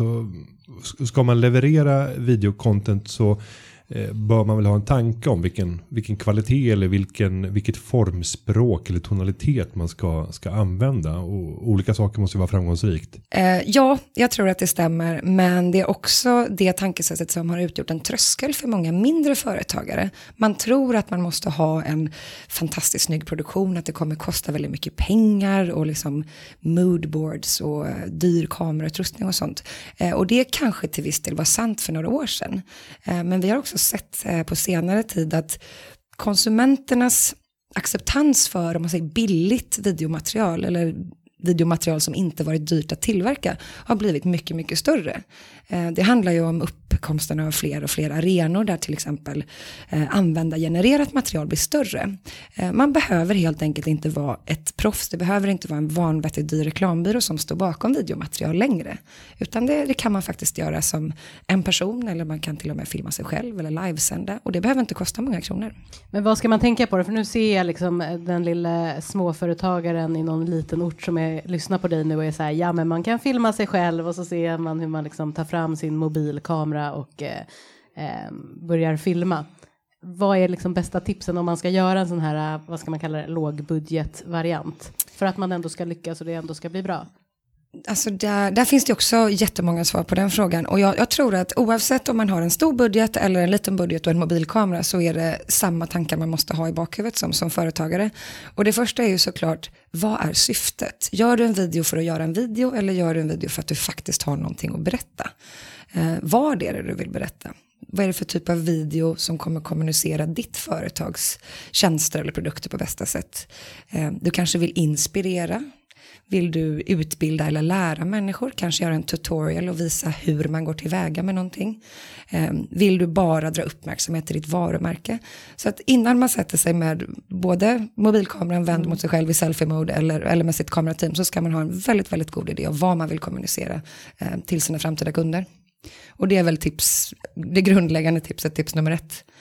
ska man leverera videocontent så eh, bör man väl ha en tanke om vilken, vilken kvalitet eller vilken, vilket formspråk eller tonalitet man ska, ska använda. Och olika saker måste ju vara framgångsrikt. Eh, ja, jag tror att det stämmer, men det är också det tankesättet som har utgjort en tröskel för många mindre företagare. Man tror att man måste ha en fantastiskt snygg produktion, att det kommer kosta väldigt mycket pengar och liksom moodboards och eh, dyr kamerautrustning och sånt. Eh, och det kanske till viss del var sant för några år sedan. Eh, men vi har också sett eh, på senare tid att konsumenternas acceptans för, om man säger billigt videomaterial eller videomaterial som inte varit dyrt att tillverka har blivit mycket, mycket större. Eh, det handlar ju om uppkomsten av fler och fler arenor där till exempel eh, användargenererat material blir större. Eh, man behöver helt enkelt inte vara ett proffs, det behöver inte vara en vanvettigt dyr reklambyrå som står bakom videomaterial längre. Utan det, det kan man faktiskt göra som en person eller man kan till och med filma sig själv eller livesända och det behöver inte kosta många kronor. Men vad ska man tänka på det? För nu ser jag liksom den lilla småföretagaren i någon liten ort som är, lyssnar på dig nu och är så här, ja men man kan filma sig själv och så ser man hur man liksom tar fram sin mobilkamera och eh, eh, börjar filma. Vad är liksom bästa tipsen om man ska göra en sån här, vad ska man kalla det, lågbudgetvariant? För att man ändå ska lyckas och det ändå ska bli bra. Alltså där, där finns det också jättemånga svar på den frågan och jag, jag tror att oavsett om man har en stor budget eller en liten budget och en mobilkamera så är det samma tankar man måste ha i bakhuvudet som, som företagare. Och det första är ju såklart, vad är syftet? Gör du en video för att göra en video eller gör du en video för att du faktiskt har någonting att berätta? Eh, vad är det du vill berätta? Vad är det för typ av video som kommer kommunicera ditt företags tjänster eller produkter på bästa sätt? Eh, du kanske vill inspirera. Vill du utbilda eller lära människor? Kanske göra en tutorial och visa hur man går tillväga med någonting. Eh, vill du bara dra uppmärksamhet till ditt varumärke? Så att innan man sätter sig med både mobilkameran vänd mm. mot sig själv i selfie-mode eller, eller med sitt kamerateam så ska man ha en väldigt, väldigt god idé om vad man vill kommunicera eh, till sina framtida kunder. Och det är väl tips, det grundläggande tipset, tips nummer ett.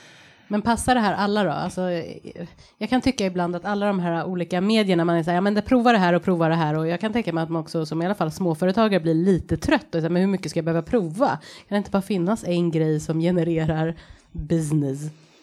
Men passar det här alla då? Alltså, jag kan tycka ibland att alla de här olika medierna, man är så här, ja men det provar det här och provar det här, och jag kan tänka mig att man också som i alla fall småföretagare blir lite trött och så här, men hur mycket ska jag behöva prova? Kan det inte bara finnas en grej som genererar business?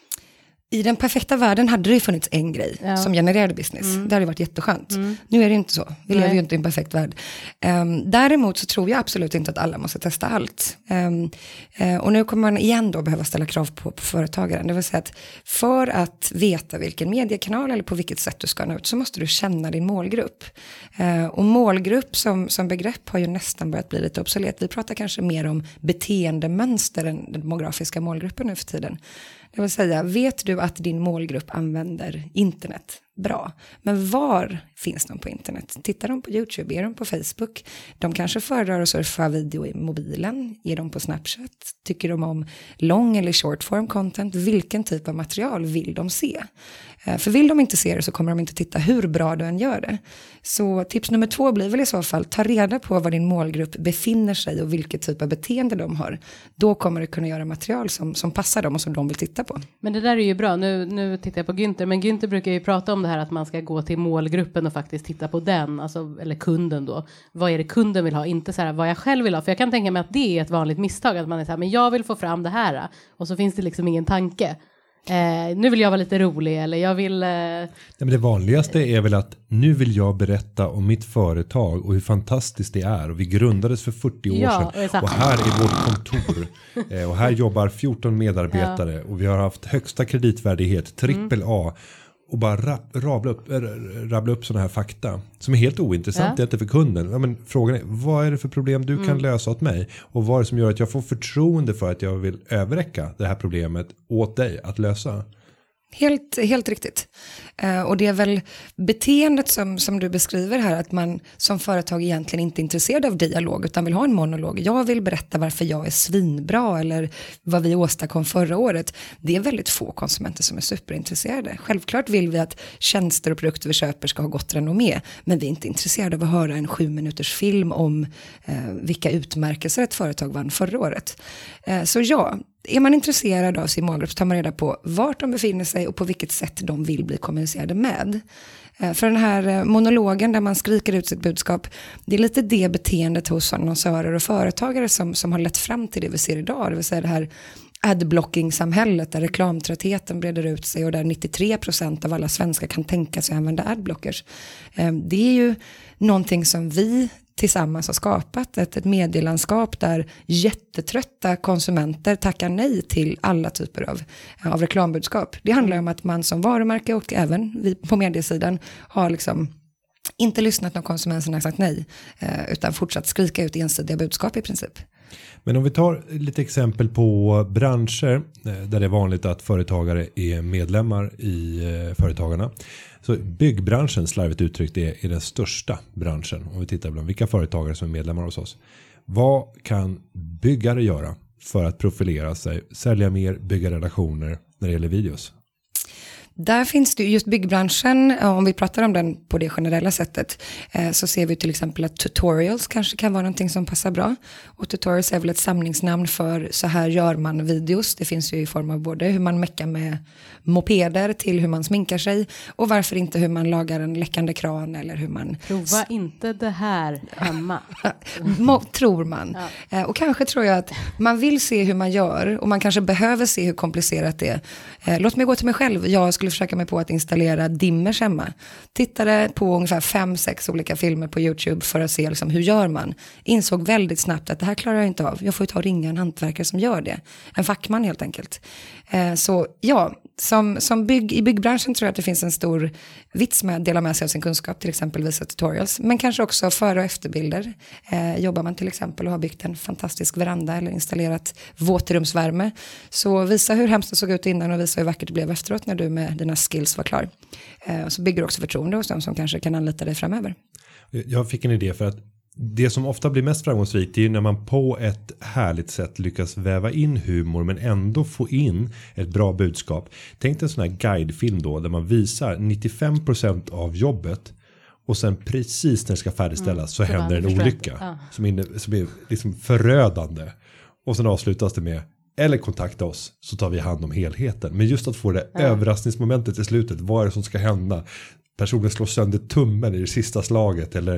I den perfekta världen hade det ju funnits en grej ja. som genererade business. Mm. Det hade varit jätteskönt. Mm. Nu är det inte så. Vi lever ju inte i en perfekt värld. Um, däremot så tror jag absolut inte att alla måste testa allt. Um, uh, och nu kommer man igen då behöva ställa krav på, på företagaren. Det vill säga att för att veta vilken mediekanal eller på vilket sätt du ska nå ut så måste du känna din målgrupp. Uh, och målgrupp som, som begrepp har ju nästan börjat bli lite obsolet. Vi pratar kanske mer om beteendemönster än den demografiska målgruppen nu för tiden. Det vill säga, vet du att din målgrupp använder internet? Bra. Men var finns de på internet? Tittar de på YouTube? Är de på Facebook? De kanske föredrar att surfa video i mobilen. Är de på Snapchat? Tycker de om lång eller short form content? Vilken typ av material vill de se? För vill de inte se det så kommer de inte titta hur bra du än gör det. Så tips nummer två blir väl i så fall, ta reda på var din målgrupp befinner sig och vilket typ av beteende de har. Då kommer du kunna göra material som, som passar dem och som de vill titta på. Men det där är ju bra. Nu, nu tittar jag på Günther, men Günther brukar ju prata om det här att man ska gå till målgruppen och faktiskt titta på den, alltså, eller kunden då. Vad är det kunden vill ha? Inte så här vad jag själv vill ha. För jag kan tänka mig att det är ett vanligt misstag, att man är så här, men jag vill få fram det här, och så finns det liksom ingen tanke. Eh, nu vill jag vara lite rolig, eller jag vill... Eh... Nej, men det vanligaste är väl att nu vill jag berätta om mitt företag och hur fantastiskt det är. Och vi grundades för fyrtio år ja, sedan. Exakt. Och här är vårt kontor. eh, och här jobbar fjorton medarbetare. Ja. Och vi har haft högsta kreditvärdighet, trippel A. Mm. Och bara rab, rabla upp, rabbla upp sådana här fakta som är helt ointressant ja. för kunden. Ja, men frågan är, vad är det för problem du mm. kan lösa åt mig? Och vad är det som gör att jag får förtroende för att jag vill överräcka det här problemet åt dig att lösa? Helt, helt riktigt. Uh, och det är väl beteendet som, som du beskriver här, att man som företag egentligen inte är intresserad av dialog utan vill ha en monolog. Jag vill berätta varför jag är svinbra eller vad vi åstadkom förra året. Det är väldigt få konsumenter som är superintresserade. Självklart vill vi att tjänster och produkter vi köper ska ha gott renommé, men vi är inte intresserade av att höra en sju minuters film om uh, vilka utmärkelser ett företag vann förra året. Uh, så ja, är man intresserad av sin målgrupp så tar man reda på vart de befinner sig och på vilket sätt de vill bli kommunicerade med. För den här monologen där man skriker ut sitt budskap, det är lite det beteendet hos annonsörer och företagare som, som har lett fram till det vi ser idag. Det vill säga det här adblocking-samhället där reklamtröttheten breder ut sig och där nittiotre procent av alla svenskar kan tänka sig att använda adblockers. Det är ju någonting som vi tillsammans har skapat, ett, ett medielandskap där jättetrötta konsumenter tackar nej till alla typer av, av reklambudskap. Det handlar om att man som varumärke och även vi på mediesidan har liksom inte lyssnat när konsumenterna har sagt nej, utan fortsatt skrika ut ensidiga budskap i princip. Men om vi tar lite exempel på branscher där det är vanligt att företagare är medlemmar i företagarna. Så byggbranschen, slarvigt uttryckt, är, är den största branschen. Om vi tittar bland vilka företagare som är medlemmar hos oss. Vad kan byggare göra för att profilera sig, sälja mer, bygga relationer när det gäller videos? Där finns det just byggbranschen, om vi pratar om den på det generella sättet, så ser vi till exempel att tutorials kanske kan vara någonting som passar bra. Och tutorials är väl ett samlingsnamn för så här gör man videos. Det finns ju i form av både hur man meckar med mopeder till hur man sminkar sig. Och varför inte hur man lagar en läckande kran eller hur man... Prova inte det här hemma. Tror man. Ja. Och kanske tror jag att man vill se hur man gör och man kanske behöver se hur komplicerat det är. Låt mig gå till mig själv. Jag skulle försöka mig på att installera dimmers hemma. Tittade på ungefär fem, sex olika filmer på YouTube för att se liksom, hur gör man. Insåg väldigt snabbt att det här klarar jag inte av. Jag får ju ta och ringa en hantverkare som gör det. En fackman helt enkelt. Eh, så ja, som, som bygg, i byggbranschen tror jag att det finns en stor vits med att dela med sig av sin kunskap, till exempel visa tutorials. Men kanske också före och efterbilder. Eh, jobbar man till exempel och har byggt en fantastisk veranda eller installerat våtrumsvärme. Så visa hur hemskt det såg ut innan och visa hur vackert det blev efteråt när du med dina skills var klar. Eh, så bygger du också förtroende hos dem som kanske kan anlita dig framöver. Jag fick en idé för att det som ofta blir mest framgångsrikt är när man på ett härligt sätt lyckas väva in humor men ändå få in ett bra budskap. Tänk en sån här guidefilm då där man visar nittiofem procent av jobbet och sen precis när det ska färdigställas mm, så händer en olycka ja. som, inne, som är liksom förödande. Och sen avslutas det med eller kontakta oss så tar vi hand om helheten. Men just att få det ja. överraskningsmomentet i slutet, vad är det som ska hända? Personen slår sönder tummen i det sista slaget eller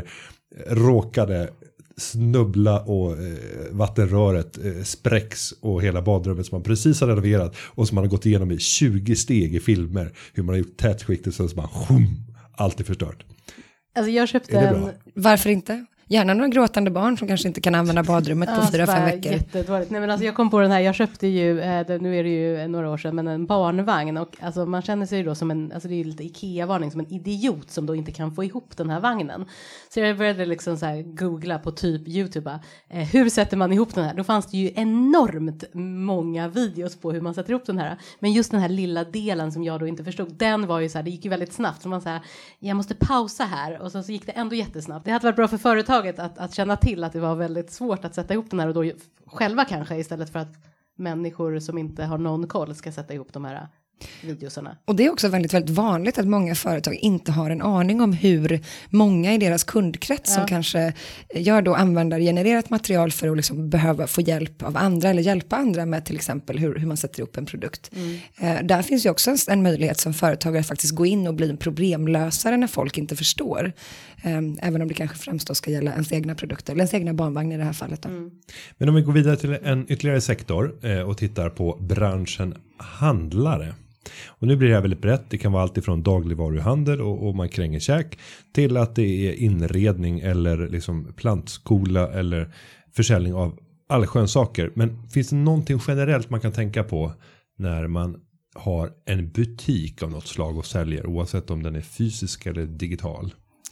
råkade snubbla och eh, vattenröret eh, spräcks och hela badrummet som man precis har renoverat och som man har gått igenom i tjugo steg i filmer, hur man har gjort tätskiktet så att man shum, allt är förstört. Alltså jag köpte en... Varför inte? Gärna några gråtande barn som kanske inte kan använda badrummet på fyra, fem veckor. Jättedåligt. Nej men alltså jag kom på den här, jag köpte ju, eh, det, nu är det ju några år sedan, men en barnvagn och alltså man känner sig då som en, alltså det är ju lite Ikea-varning, som en idiot som då inte kan få ihop den här vagnen. Så jag började liksom så här googla på typ YouTube, eh, hur sätter man ihop den här? Då fanns det ju enormt många videos på hur man sätter ihop den här. Men just den här lilla delen som jag då inte förstod, den var ju så här, det gick ju väldigt snabbt. Så man så här, jag måste pausa här och så, så gick det ändå jättesnabbt. Det hade varit bra för företag Att, att känna till att det var väldigt svårt att sätta ihop den här och då själva kanske istället för att människor som inte har någon koll ska sätta ihop de här videosarna. Och det är också väldigt, väldigt vanligt att många företag inte har en aning om hur många i deras kundkrets ja. som kanske gör då användargenererat material för att liksom behöva få hjälp av andra eller hjälpa andra med till exempel hur, hur man sätter ihop en produkt. Mm. Eh, där finns ju också en, en möjlighet som företagare att faktiskt gå in och bli en problemlösare när folk inte förstår. Eh, även om det kanske främst då ska gälla ens egna produkter eller ens egna barnvagn i det här fallet då. Mm. Men om vi går vidare till en ytterligare sektor eh, och tittar på branschen handlare. Och nu blir det här väldigt brett. Det kan vara allt ifrån dagligvaruhandel och, och man kränger käk till att det är inredning eller liksom plantskola eller försäljning av allsköns saker. Men finns det någonting generellt man kan tänka på när man har en butik av något slag och säljer, oavsett om den är fysisk eller digital?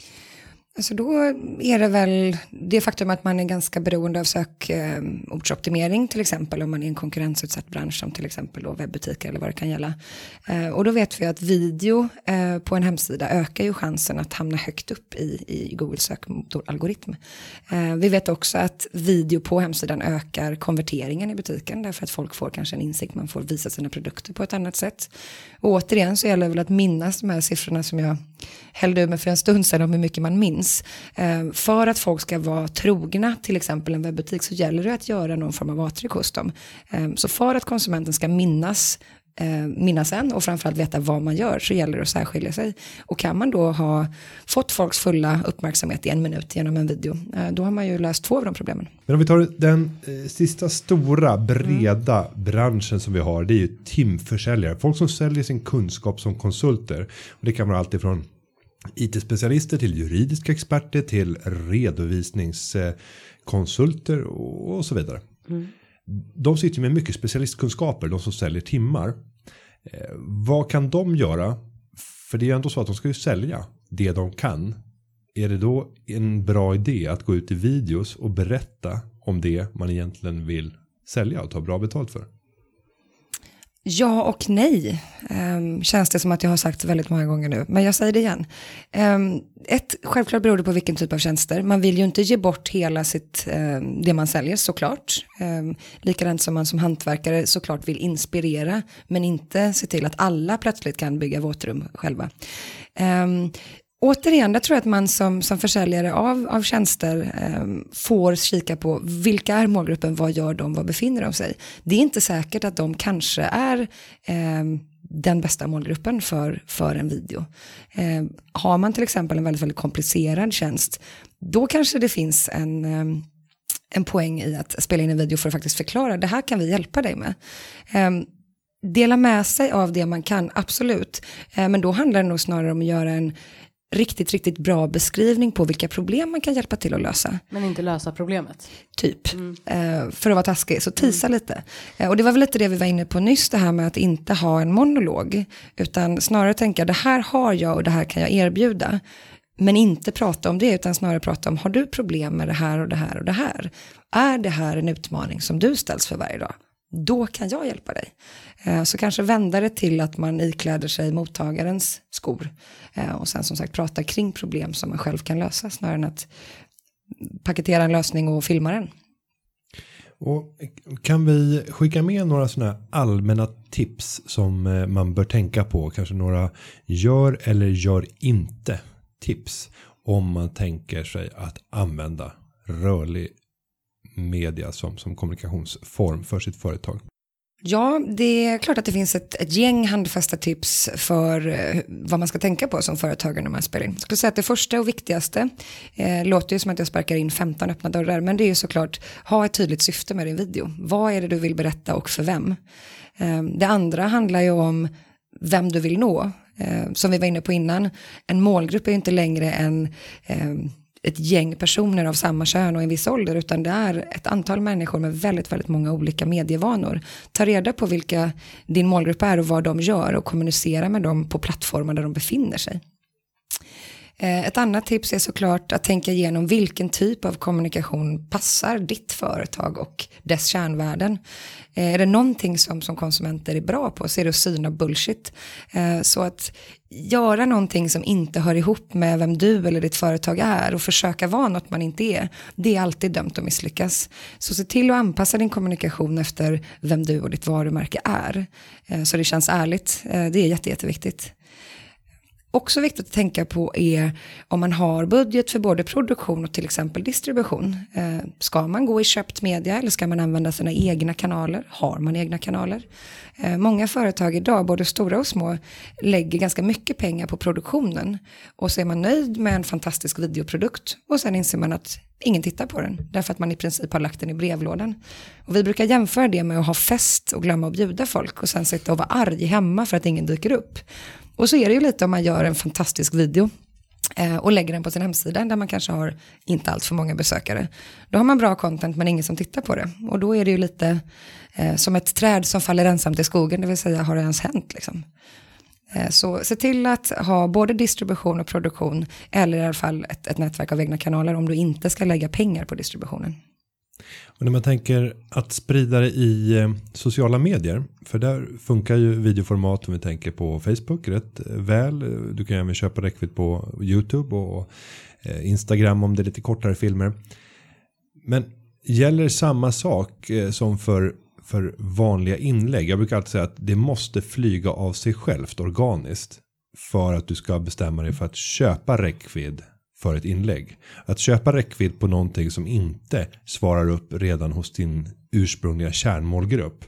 Alltså då är det väl det faktum att man är ganska beroende av sökordsoptimering till exempel om man är en konkurrensutsatt bransch som till exempel då webbutiker eller vad det kan gälla. Eh, och då vet vi att video eh, på en hemsida ökar ju chansen att hamna högt upp i, i Googles sökmotoralgoritm. Eh, vi vet också att video på hemsidan ökar konverteringen i butiken därför att folk får kanske en insikt, man får visa sina produkter på ett annat sätt. Och återigen så gäller det väl att minnas de här siffrorna som jag hällde ur mig för en stund sedan om hur mycket man minns. Eh, för att folk ska vara trogna till exempel en webbutik så gäller det att göra någon form av avtryck hos dem. Eh, så för att konsumenten ska minnas eh, minnas en och framförallt veta vad man gör så gäller det att särskilja sig. Och kan man då ha fått folks fulla uppmärksamhet i en minut genom en video, eh, då har man ju löst två av de problemen. Men om vi tar den eh, sista stora breda mm. branschen som vi har, det är ju timförsäljare. Folk som säljer sin kunskap som konsulter. Och det kan vara allt ifrån I T-specialister till juridiska experter till redovisningskonsulter och så vidare. Mm. De sitter med mycket specialistkunskaper, de som säljer timmar. Eh, vad kan de göra? För det är ju ändå så att de ska ju sälja det de kan. Är det då en bra idé att gå ut i videos och berätta om det man egentligen vill sälja och ta bra betalt för? Ja och nej, um, känns det som att jag har sagt väldigt många gånger nu. Men jag säger det igen. Um, ett, självklart beror det på vilken typ av tjänster. Man vill ju inte ge bort hela sitt, um, det man säljer såklart. Um, likadant som man som hantverkare såklart vill inspirera. Men inte se till att alla plötsligt kan bygga våtrum själva. Um, Återigen, där tror jag att man som, som försäljare av, av tjänster eh, får kika på vilka är målgruppen, vad gör de, vad befinner de sig. Det är inte säkert att de kanske är eh, den bästa målgruppen för, för en video. Eh, har man till exempel en väldigt, väldigt komplicerad tjänst, då kanske det finns en... Eh, en poäng i att spela in en video för att faktiskt förklara, det här kan vi hjälpa dig med. Eh, dela med sig av det man kan, absolut. Eh, men då handlar det nog snarare om att göra en riktigt, riktigt bra beskrivning på vilka problem man kan hjälpa till att lösa. Men inte lösa problemet. Typ. Mm. Eh, för att vara taskig, så tisa mm. lite. Eh, och det var väl lite det vi var inne på nyss, det här med att inte ha en monolog. Utan snarare tänka, det här har jag och det här kan jag erbjuda. Men inte prata om det, utan snarare prata om, har du problem med det här och det här och det här? Är det här en utmaning som du ställs för varje dag? Då kan jag hjälpa dig. Så kanske vända det till att man ikläder sig mottagarens skor. Och sen som sagt prata kring problem som man själv kan lösa. Snarare än att paketera en lösning och filma den. Och kan vi skicka med några sådana allmänna tips som man bör tänka på? Kanske några gör eller gör inte tips. Om man tänker sig att använda rörlig media som, som kommunikationsform för sitt företag. Ja, det är klart att det finns ett, ett gäng handfasta tips för eh, vad man ska tänka på som företagare när man spelar in. Jag skulle säga att det första och viktigaste eh, låter ju som att jag sparkar in femton öppna dörrar, men det är ju såklart ha ett tydligt syfte med din video. Vad är det du vill berätta och för vem? Eh, det andra handlar ju om vem du vill nå. Eh, som vi var inne på innan, en målgrupp är ju inte längre en... Eh, ett gäng personer av samma kön och en viss ålder, utan det är ett antal människor med väldigt, väldigt många olika medievanor. Ta reda på vilka din målgrupp är och vad de gör och kommunicera med dem på plattformar där de befinner sig. Ett annat tips är såklart att tänka igenom vilken typ av kommunikation passar ditt företag och dess kärnvärden. Är det någonting som, som konsumenter är bra på, så är det att syna bullshit. Så att göra någonting som inte hör ihop med vem du eller ditt företag är och försöka vara något man inte är, det är alltid dömt att misslyckas. Så se till att anpassa din kommunikation efter vem du och ditt varumärke är. Så det känns ärligt, det är jätte, jätteviktigt. Också viktigt att tänka på är om man har budget för både produktion och till exempel distribution. Eh, ska man gå i köpt media eller ska man använda sina egna kanaler? Har man egna kanaler? Eh, många företag idag, både stora och små, lägger ganska mycket pengar på produktionen. Och så är man nöjd med en fantastisk videoprodukt och sen inser man att ingen tittar på den. Därför att man i princip har lagt den i brevlådan. Och vi brukar jämföra det med att ha fest och glömma att bjuda folk och sen sitta och vara arg hemma för att ingen dyker upp. Och så är det ju lite om man gör en fantastisk video eh, och lägger den på sin hemsida där man kanske har inte allt för många besökare. Då har man bra content men ingen som tittar på det. Och då är det ju lite eh, som ett träd som faller ensamt i skogen, det vill säga har det ens hänt liksom. Eh, så se till att ha både distribution och produktion eller i alla fall ett, ett nätverk av egna kanaler om du inte ska lägga pengar på distributionen. Och när man tänker att sprida det i eh, sociala medier, för där funkar ju videoformat om vi tänker på Facebook rätt väl. Du kan även köpa räckvidd på YouTube och eh, Instagram om det är lite kortare filmer. Men gäller samma sak eh, som för, för vanliga inlägg? Jag brukar alltid säga att det måste flyga av sig självt organiskt för att du ska bestämma dig för att köpa räckvidd för ett inlägg. Att köpa räckvidd på någonting som inte svarar upp redan hos din ursprungliga kärnmålgrupp.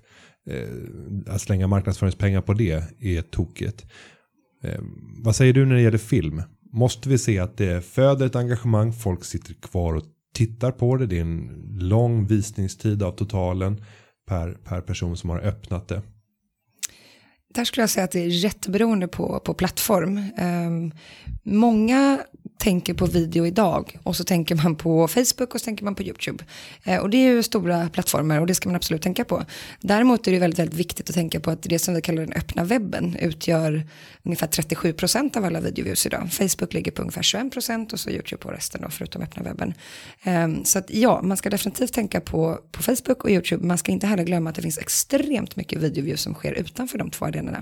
Eh, att slänga marknadsföringspengar på det är tokigt. Eh, vad säger du när det gäller film? Måste vi se att det föder ett engagemang, folk sitter kvar och tittar på det. Det är en lång visningstid av totalen per, per person som har öppnat det. Där skulle jag säga att det är jätteberoende på, på plattform. Um, många tänker på video idag och så tänker man på Facebook och så tänker man på YouTube. Uh, och det är ju stora plattformar och det ska man absolut tänka på. Däremot är det väldigt, väldigt viktigt att tänka på att det som vi kallar den öppna webben utgör ungefär trettiosju procent av alla videoviews idag. Facebook ligger på ungefär tjugoen procent och så YouTube på resten då, förutom öppna webben. Um, så att ja, man ska definitivt tänka på, på Facebook och YouTube. Man ska inte heller glömma att det finns extremt mycket videoviews som sker utanför de två arenorna.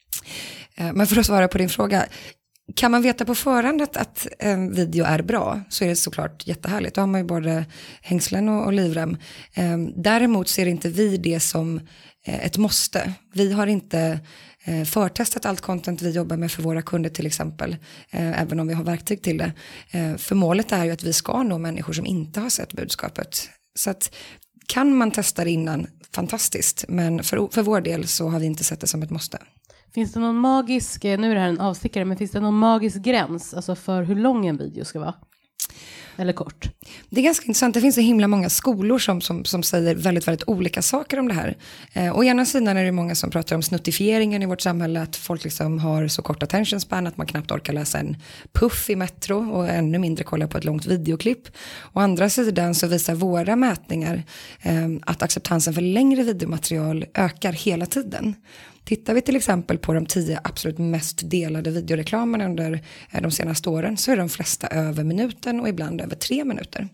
Men för att svara på din fråga, kan man veta på förhand att, att en video är bra så är det såklart jättehärligt. Då har man ju både hängslen och, och livrem. Däremot ser inte vi det som ett måste. Vi har inte förtestat allt content vi jobbar med för våra kunder till exempel. Även om vi har verktyg till det. För målet är ju att vi ska nå människor som inte har sett budskapet. Så att kan man testa det innan, fantastiskt. Men för, för vår del så har vi inte sett det som ett måste. Finns det någon magisk, nu är det här en avstickare, men finns det någon magisk gräns alltså för hur lång en video ska vara? Eller kort? Det är ganska intressant, det finns så himla många skolor som, som, som säger väldigt, väldigt olika saker om det här. Eh, å ena sidan är det många som pratar om snuttifieringen i vårt samhälle, att folk liksom har så kort attention span att man knappt orkar läsa en puff i metro och ännu mindre kolla på ett långt videoklipp. Å andra sidan så visar våra mätningar eh, att acceptansen för längre videomaterial ökar hela tiden. Tittar vi till exempel på de tio absolut mest delade videoreklamerna under de senaste åren så är de flesta över minuten och ibland över tre minuter.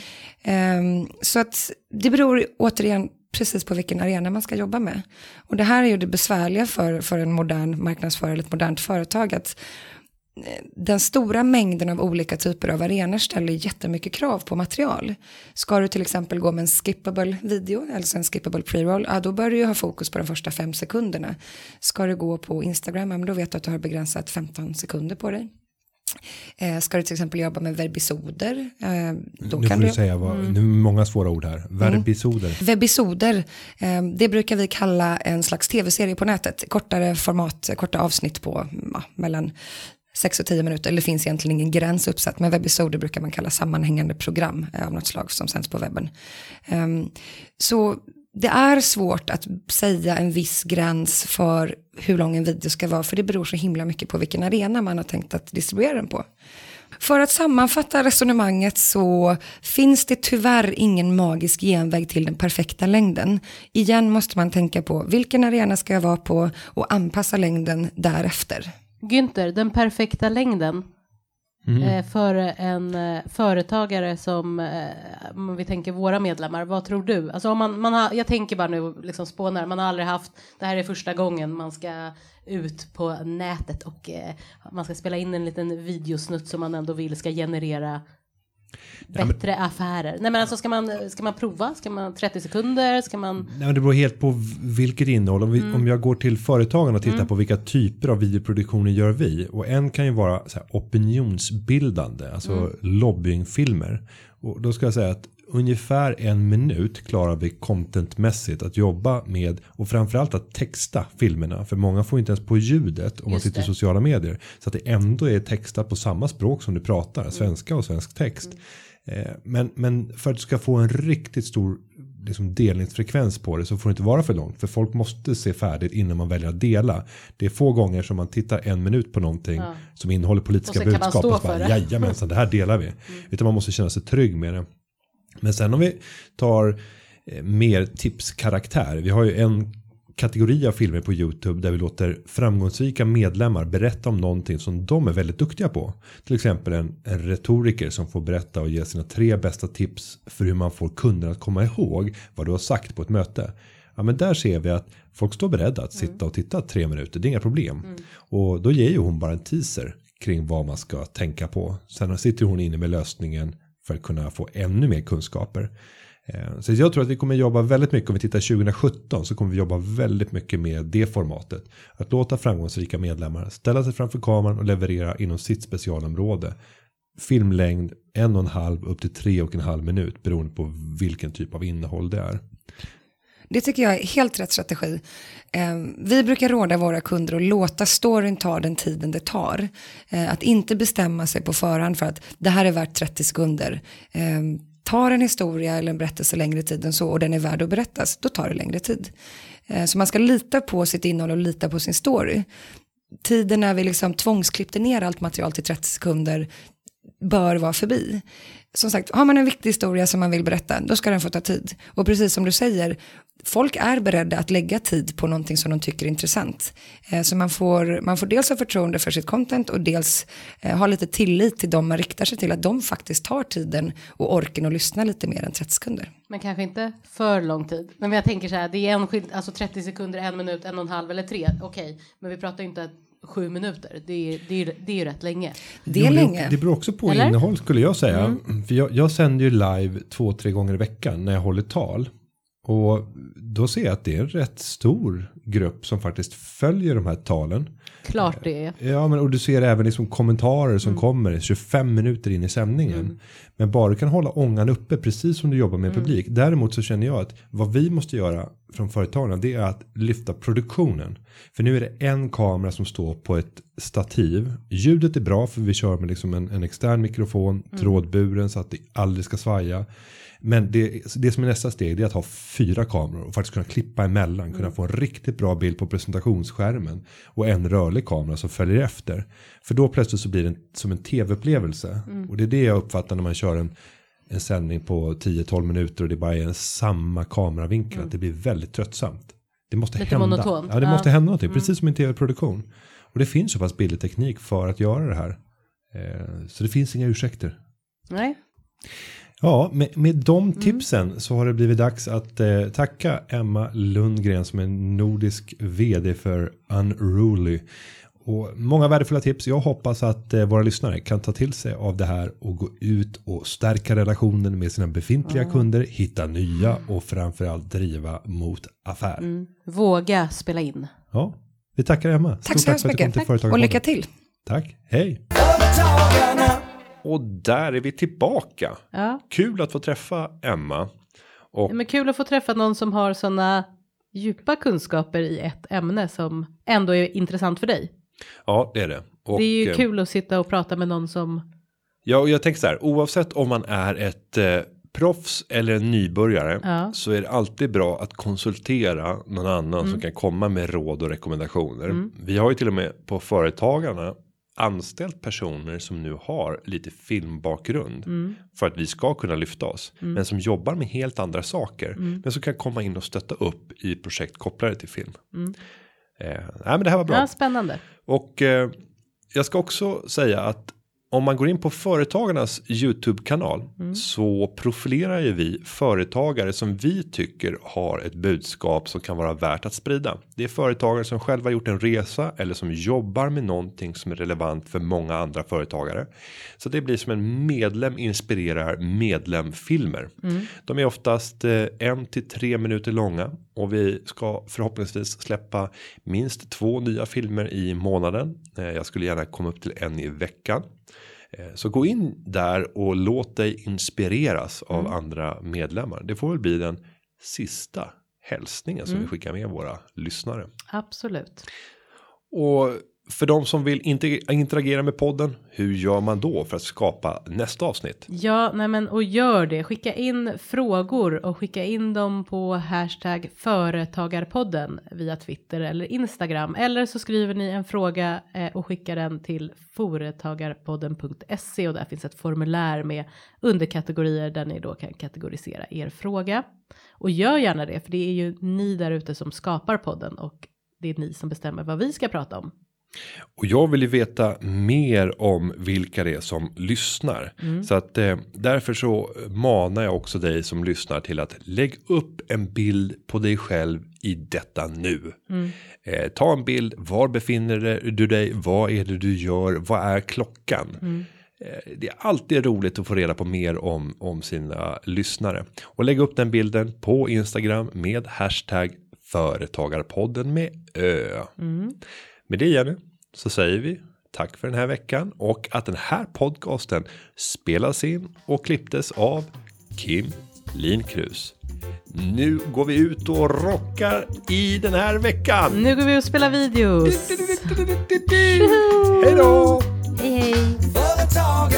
Mm. Um, så att det beror återigen precis på vilken arena man ska jobba med. Och det här är ju det besvärliga för, för en modern marknadsförare eller ett modernt företag att den stora mängden av olika typer av arenor ställer jättemycket krav på material. Ska du till exempel gå med en skippable video, alltså en skippable pre-roll, ja, då bör du ju ha fokus på de första fem sekunderna. Ska du gå på Instagram, ja, då vet du att du har begränsat femton sekunder på dig. Eh, ska du till exempel jobba med webbisoder? Eh, då Nu kan får du du säga, vad, nu är många svåra ord här. Verbisoder. Webbisoder, eh, det brukar vi kalla en slags tv-serie på nätet. Kortare format, korta avsnitt på ja, mellan sex och tio minuter. Eller det finns egentligen ingen gräns uppsatt. Men webbisoder brukar man kalla sammanhängande program eh, av något slag som sänds på webben. Eh, så det är svårt att säga en viss gräns för hur lång en video ska vara. För det beror så himla mycket på vilken arena man har tänkt att distribuera den på. För att sammanfatta resonemanget så finns det tyvärr ingen magisk genväg till den perfekta längden. Igen måste man tänka på vilken arena ska jag vara på och anpassa längden därefter. Günther, den perfekta längden Mm. eh, för en eh, företagare som eh, om vi tänker våra medlemmar, vad tror du? Alltså om man, man har, jag tänker bara nu liksom spånar, man har aldrig haft, det här är första gången man ska ut på nätet och eh, man ska spela in en liten videosnutt som man ändå vill ska generera bättre ja, men, affärer. Nej men alltså ska man, ska man prova? Ska man trettio sekunder? Ska man... Nej, men det beror helt på vilket innehåll. Om, vi, mm. om jag går till företagen och tittar mm. på vilka typer av videoproduktioner gör vi. Och en kan ju vara så här, opinionsbildande. Alltså mm. lobbyingfilmer. Och då ska jag säga att ungefär en minut klarar vi contentmässigt att jobba med och framförallt att texta filmerna. För många får inte ens på ljudet om man sitter i sociala medier. Så att det ändå är textat på samma språk som du pratar, mm. svenska och svensk text. Mm. Eh, men, men för att du ska få en riktigt stor liksom, delningsfrekvens på det så får det inte vara för långt. För folk måste se färdigt innan man väljer att dela. Det är få gånger som man tittar en minut på någonting ja. som innehåller politiska och budskap. Och så bara, jajamensan, det här delar vi. Mm. Utan man måste känna sig trygg med det. Men sen om vi tar eh, mer tipskaraktär. Vi har ju en kategori av filmer på YouTube där vi låter framgångsrika medlemmar berätta om någonting som de är väldigt duktiga på. Till exempel en, en retoriker som får berätta och ge sina tre bästa tips för hur man får kunder att komma ihåg vad du har sagt på ett möte. Ja, men där ser vi att folk står beredda att sitta och titta tre minuter. Det är inga problem. Mm. Och då ger ju hon bara en teaser kring vad man ska tänka på. Sen sitter hon inne med lösningen för att kunna få ännu mer kunskaper. Så jag tror att vi kommer jobba väldigt mycket, om vi tittar tjugo sjutton så kommer vi jobba väldigt mycket med det formatet. Att låta framgångsrika medlemmar ställa sig framför kameran och leverera inom sitt specialområde. Filmlängd en och en halv upp till tre och en halv minut beroende på vilken typ av innehåll det är. Det tycker jag är helt rätt strategi. Vi brukar råda våra kunder att låta storyn ta den tiden det tar. Att inte bestämma sig på förhand för att det här är värt trettio sekunder. Tar en historia eller en berättelse längre tid än så och den är värd att berättas, då tar det längre tid. Så man ska lita på sitt innehåll och lita på sin story. Tiden när vi liksom tvångsklippte ner allt material till trettio sekunder bör vara förbi. Som sagt, har man en viktig historia som man vill berätta, då ska den få ta tid. Och precis som du säger, folk är beredda att lägga tid på någonting som de tycker är intressant. Så man får, man får dels ha förtroende för sitt content och dels ha lite tillit till dem man riktar sig till, att de faktiskt tar tiden och orken att lyssna lite mer än trettio sekunder. Men kanske inte för lång tid. Men jag tänker så här, det är en skild, alltså trettio sekunder, en minut, en och en halv eller tre, okej. Okay. Men vi pratar ju inte sju minuter, det är, det är, det är ju rätt länge. Det är jo, länge. Det, det beror också på Eller? innehåll skulle jag säga. Mm. För jag, jag sänder ju live två, tre gånger i veckan när jag håller tal. Och då ser jag att det är en rätt stor grupp som faktiskt följer de här talen. Klart det är. Ja, men och du ser även liksom kommentarer som mm. kommer tjugofem minuter in i sändningen. Mm. Men bara du kan hålla ångan uppe precis som du jobbar med mm. publik. Däremot så känner jag att vad vi måste göra från företagen, det är att lyfta produktionen. För nu är det en kamera som står på ett stativ. Ljudet är bra för vi kör med liksom en, en extern mikrofon, mm. trådburen så att det aldrig ska svaja. Men det, det som är nästa steg, det är att ha fyra kameror och faktiskt kunna klippa emellan. Mm. Kunna få en riktigt bra bild på presentationsskärmen. Och en rörlig kamera som följer efter. För då plötsligt så blir det en, som en tv-upplevelse. Mm. Och det är det jag uppfattar när man kör en, en sändning på tio till tolv minuter. Och det bara är en samma kameravinkel. Mm. Att det blir väldigt tröttsamt. Det måste Lite hända. Monotont. Ja, det ja. måste hända någonting. Mm. Precis som en tv-produktion. Och det finns så pass billig teknik för att göra det här. Eh, så det finns inga ursäkter. Nej. Ja, med, med de tipsen mm. så har det blivit dags att eh, tacka Emma Lundgren som är nordisk vd för Unruly. Och många värdefulla tips. Jag hoppas att eh, våra lyssnare kan ta till sig av det här och gå ut och stärka relationen med sina befintliga mm. kunder, hitta nya och framförallt driva mot affär. Mm. Våga spela in. Ja, vi tackar Emma. Tack så hemskt mycket. Tack. Och lycka till. Tack, hej! Företagarna. Och där är vi tillbaka. Ja. Kul att få träffa Emma. Och Men kul att få träffa någon som har sådana djupa kunskaper i ett ämne som ändå är intressant för dig. ja, det är det. Och, Det är ju eh, kul att sitta och prata med någon som... Ja, och jag tänker så här, oavsett om man är ett eh, proffs eller en nybörjare Ja. så är det alltid bra att konsultera någon annan Mm. som kan komma med råd och rekommendationer. Vi har ju till och med på Företagarna anställt personer som nu har lite filmbakgrund Mm. för att vi ska kunna lyfta oss. Men som jobbar med helt andra saker. Mm. Men som kan komma in och stötta upp i projekt kopplade till film. Eh, nej, men det här var bra. Ja, spännande. Och eh, jag ska också säga att om man går in på Företagarnas YouTube-kanal så profilerar ju vi företagare som vi tycker har ett budskap som kan vara värt att sprida. Det är företagare som själva gjort en resa eller som jobbar med någonting som är relevant för många andra företagare. Så det blir som en medlem inspirerar medlemfilmer. De är oftast eh, en till tre minuter långa och vi ska förhoppningsvis släppa minst två nya filmer i månaden. Eh, jag skulle gärna komma upp till en i veckan. Så gå in där och låt dig inspireras av Mm. andra medlemmar. Det får väl bli den sista hälsningen som Mm. vi skickar med våra lyssnare. Absolut. Och för de som vill inte interagera med podden, hur gör man då för att skapa nästa avsnitt? Ja, nej men och gör det. Skicka in frågor och skicka in dem på hashtag företagarpodden via Twitter eller Instagram. Eller så skriver ni en fråga eh, och skickar den till företagarpodden punkt se och där finns ett formulär med underkategorier där ni då kan kategorisera er fråga. Och gör gärna det, för det är ju ni där ute som skapar podden och det är ni som bestämmer vad vi ska prata om. Och jag vill ju veta mer om vilka det är som lyssnar. Så att eh, därför så manar jag också dig som lyssnar till att lägg upp en bild på dig själv i detta nu. Eh, ta en bild, var befinner du dig, vad är det du gör, vad är klockan? Eh, det är alltid roligt att få reda på mer om, om sina lyssnare. Och lägg upp den bilden på Instagram med hashtag företagarpodden med ö. Med det, Jenny, så säger vi tack för den här veckan och att den här podcasten spelas in och klipptes av Kim Linkrus. Nu går vi ut och rockar i den här veckan. Nu går vi och spelar videos. Hej då! Hej hej. Företagarna.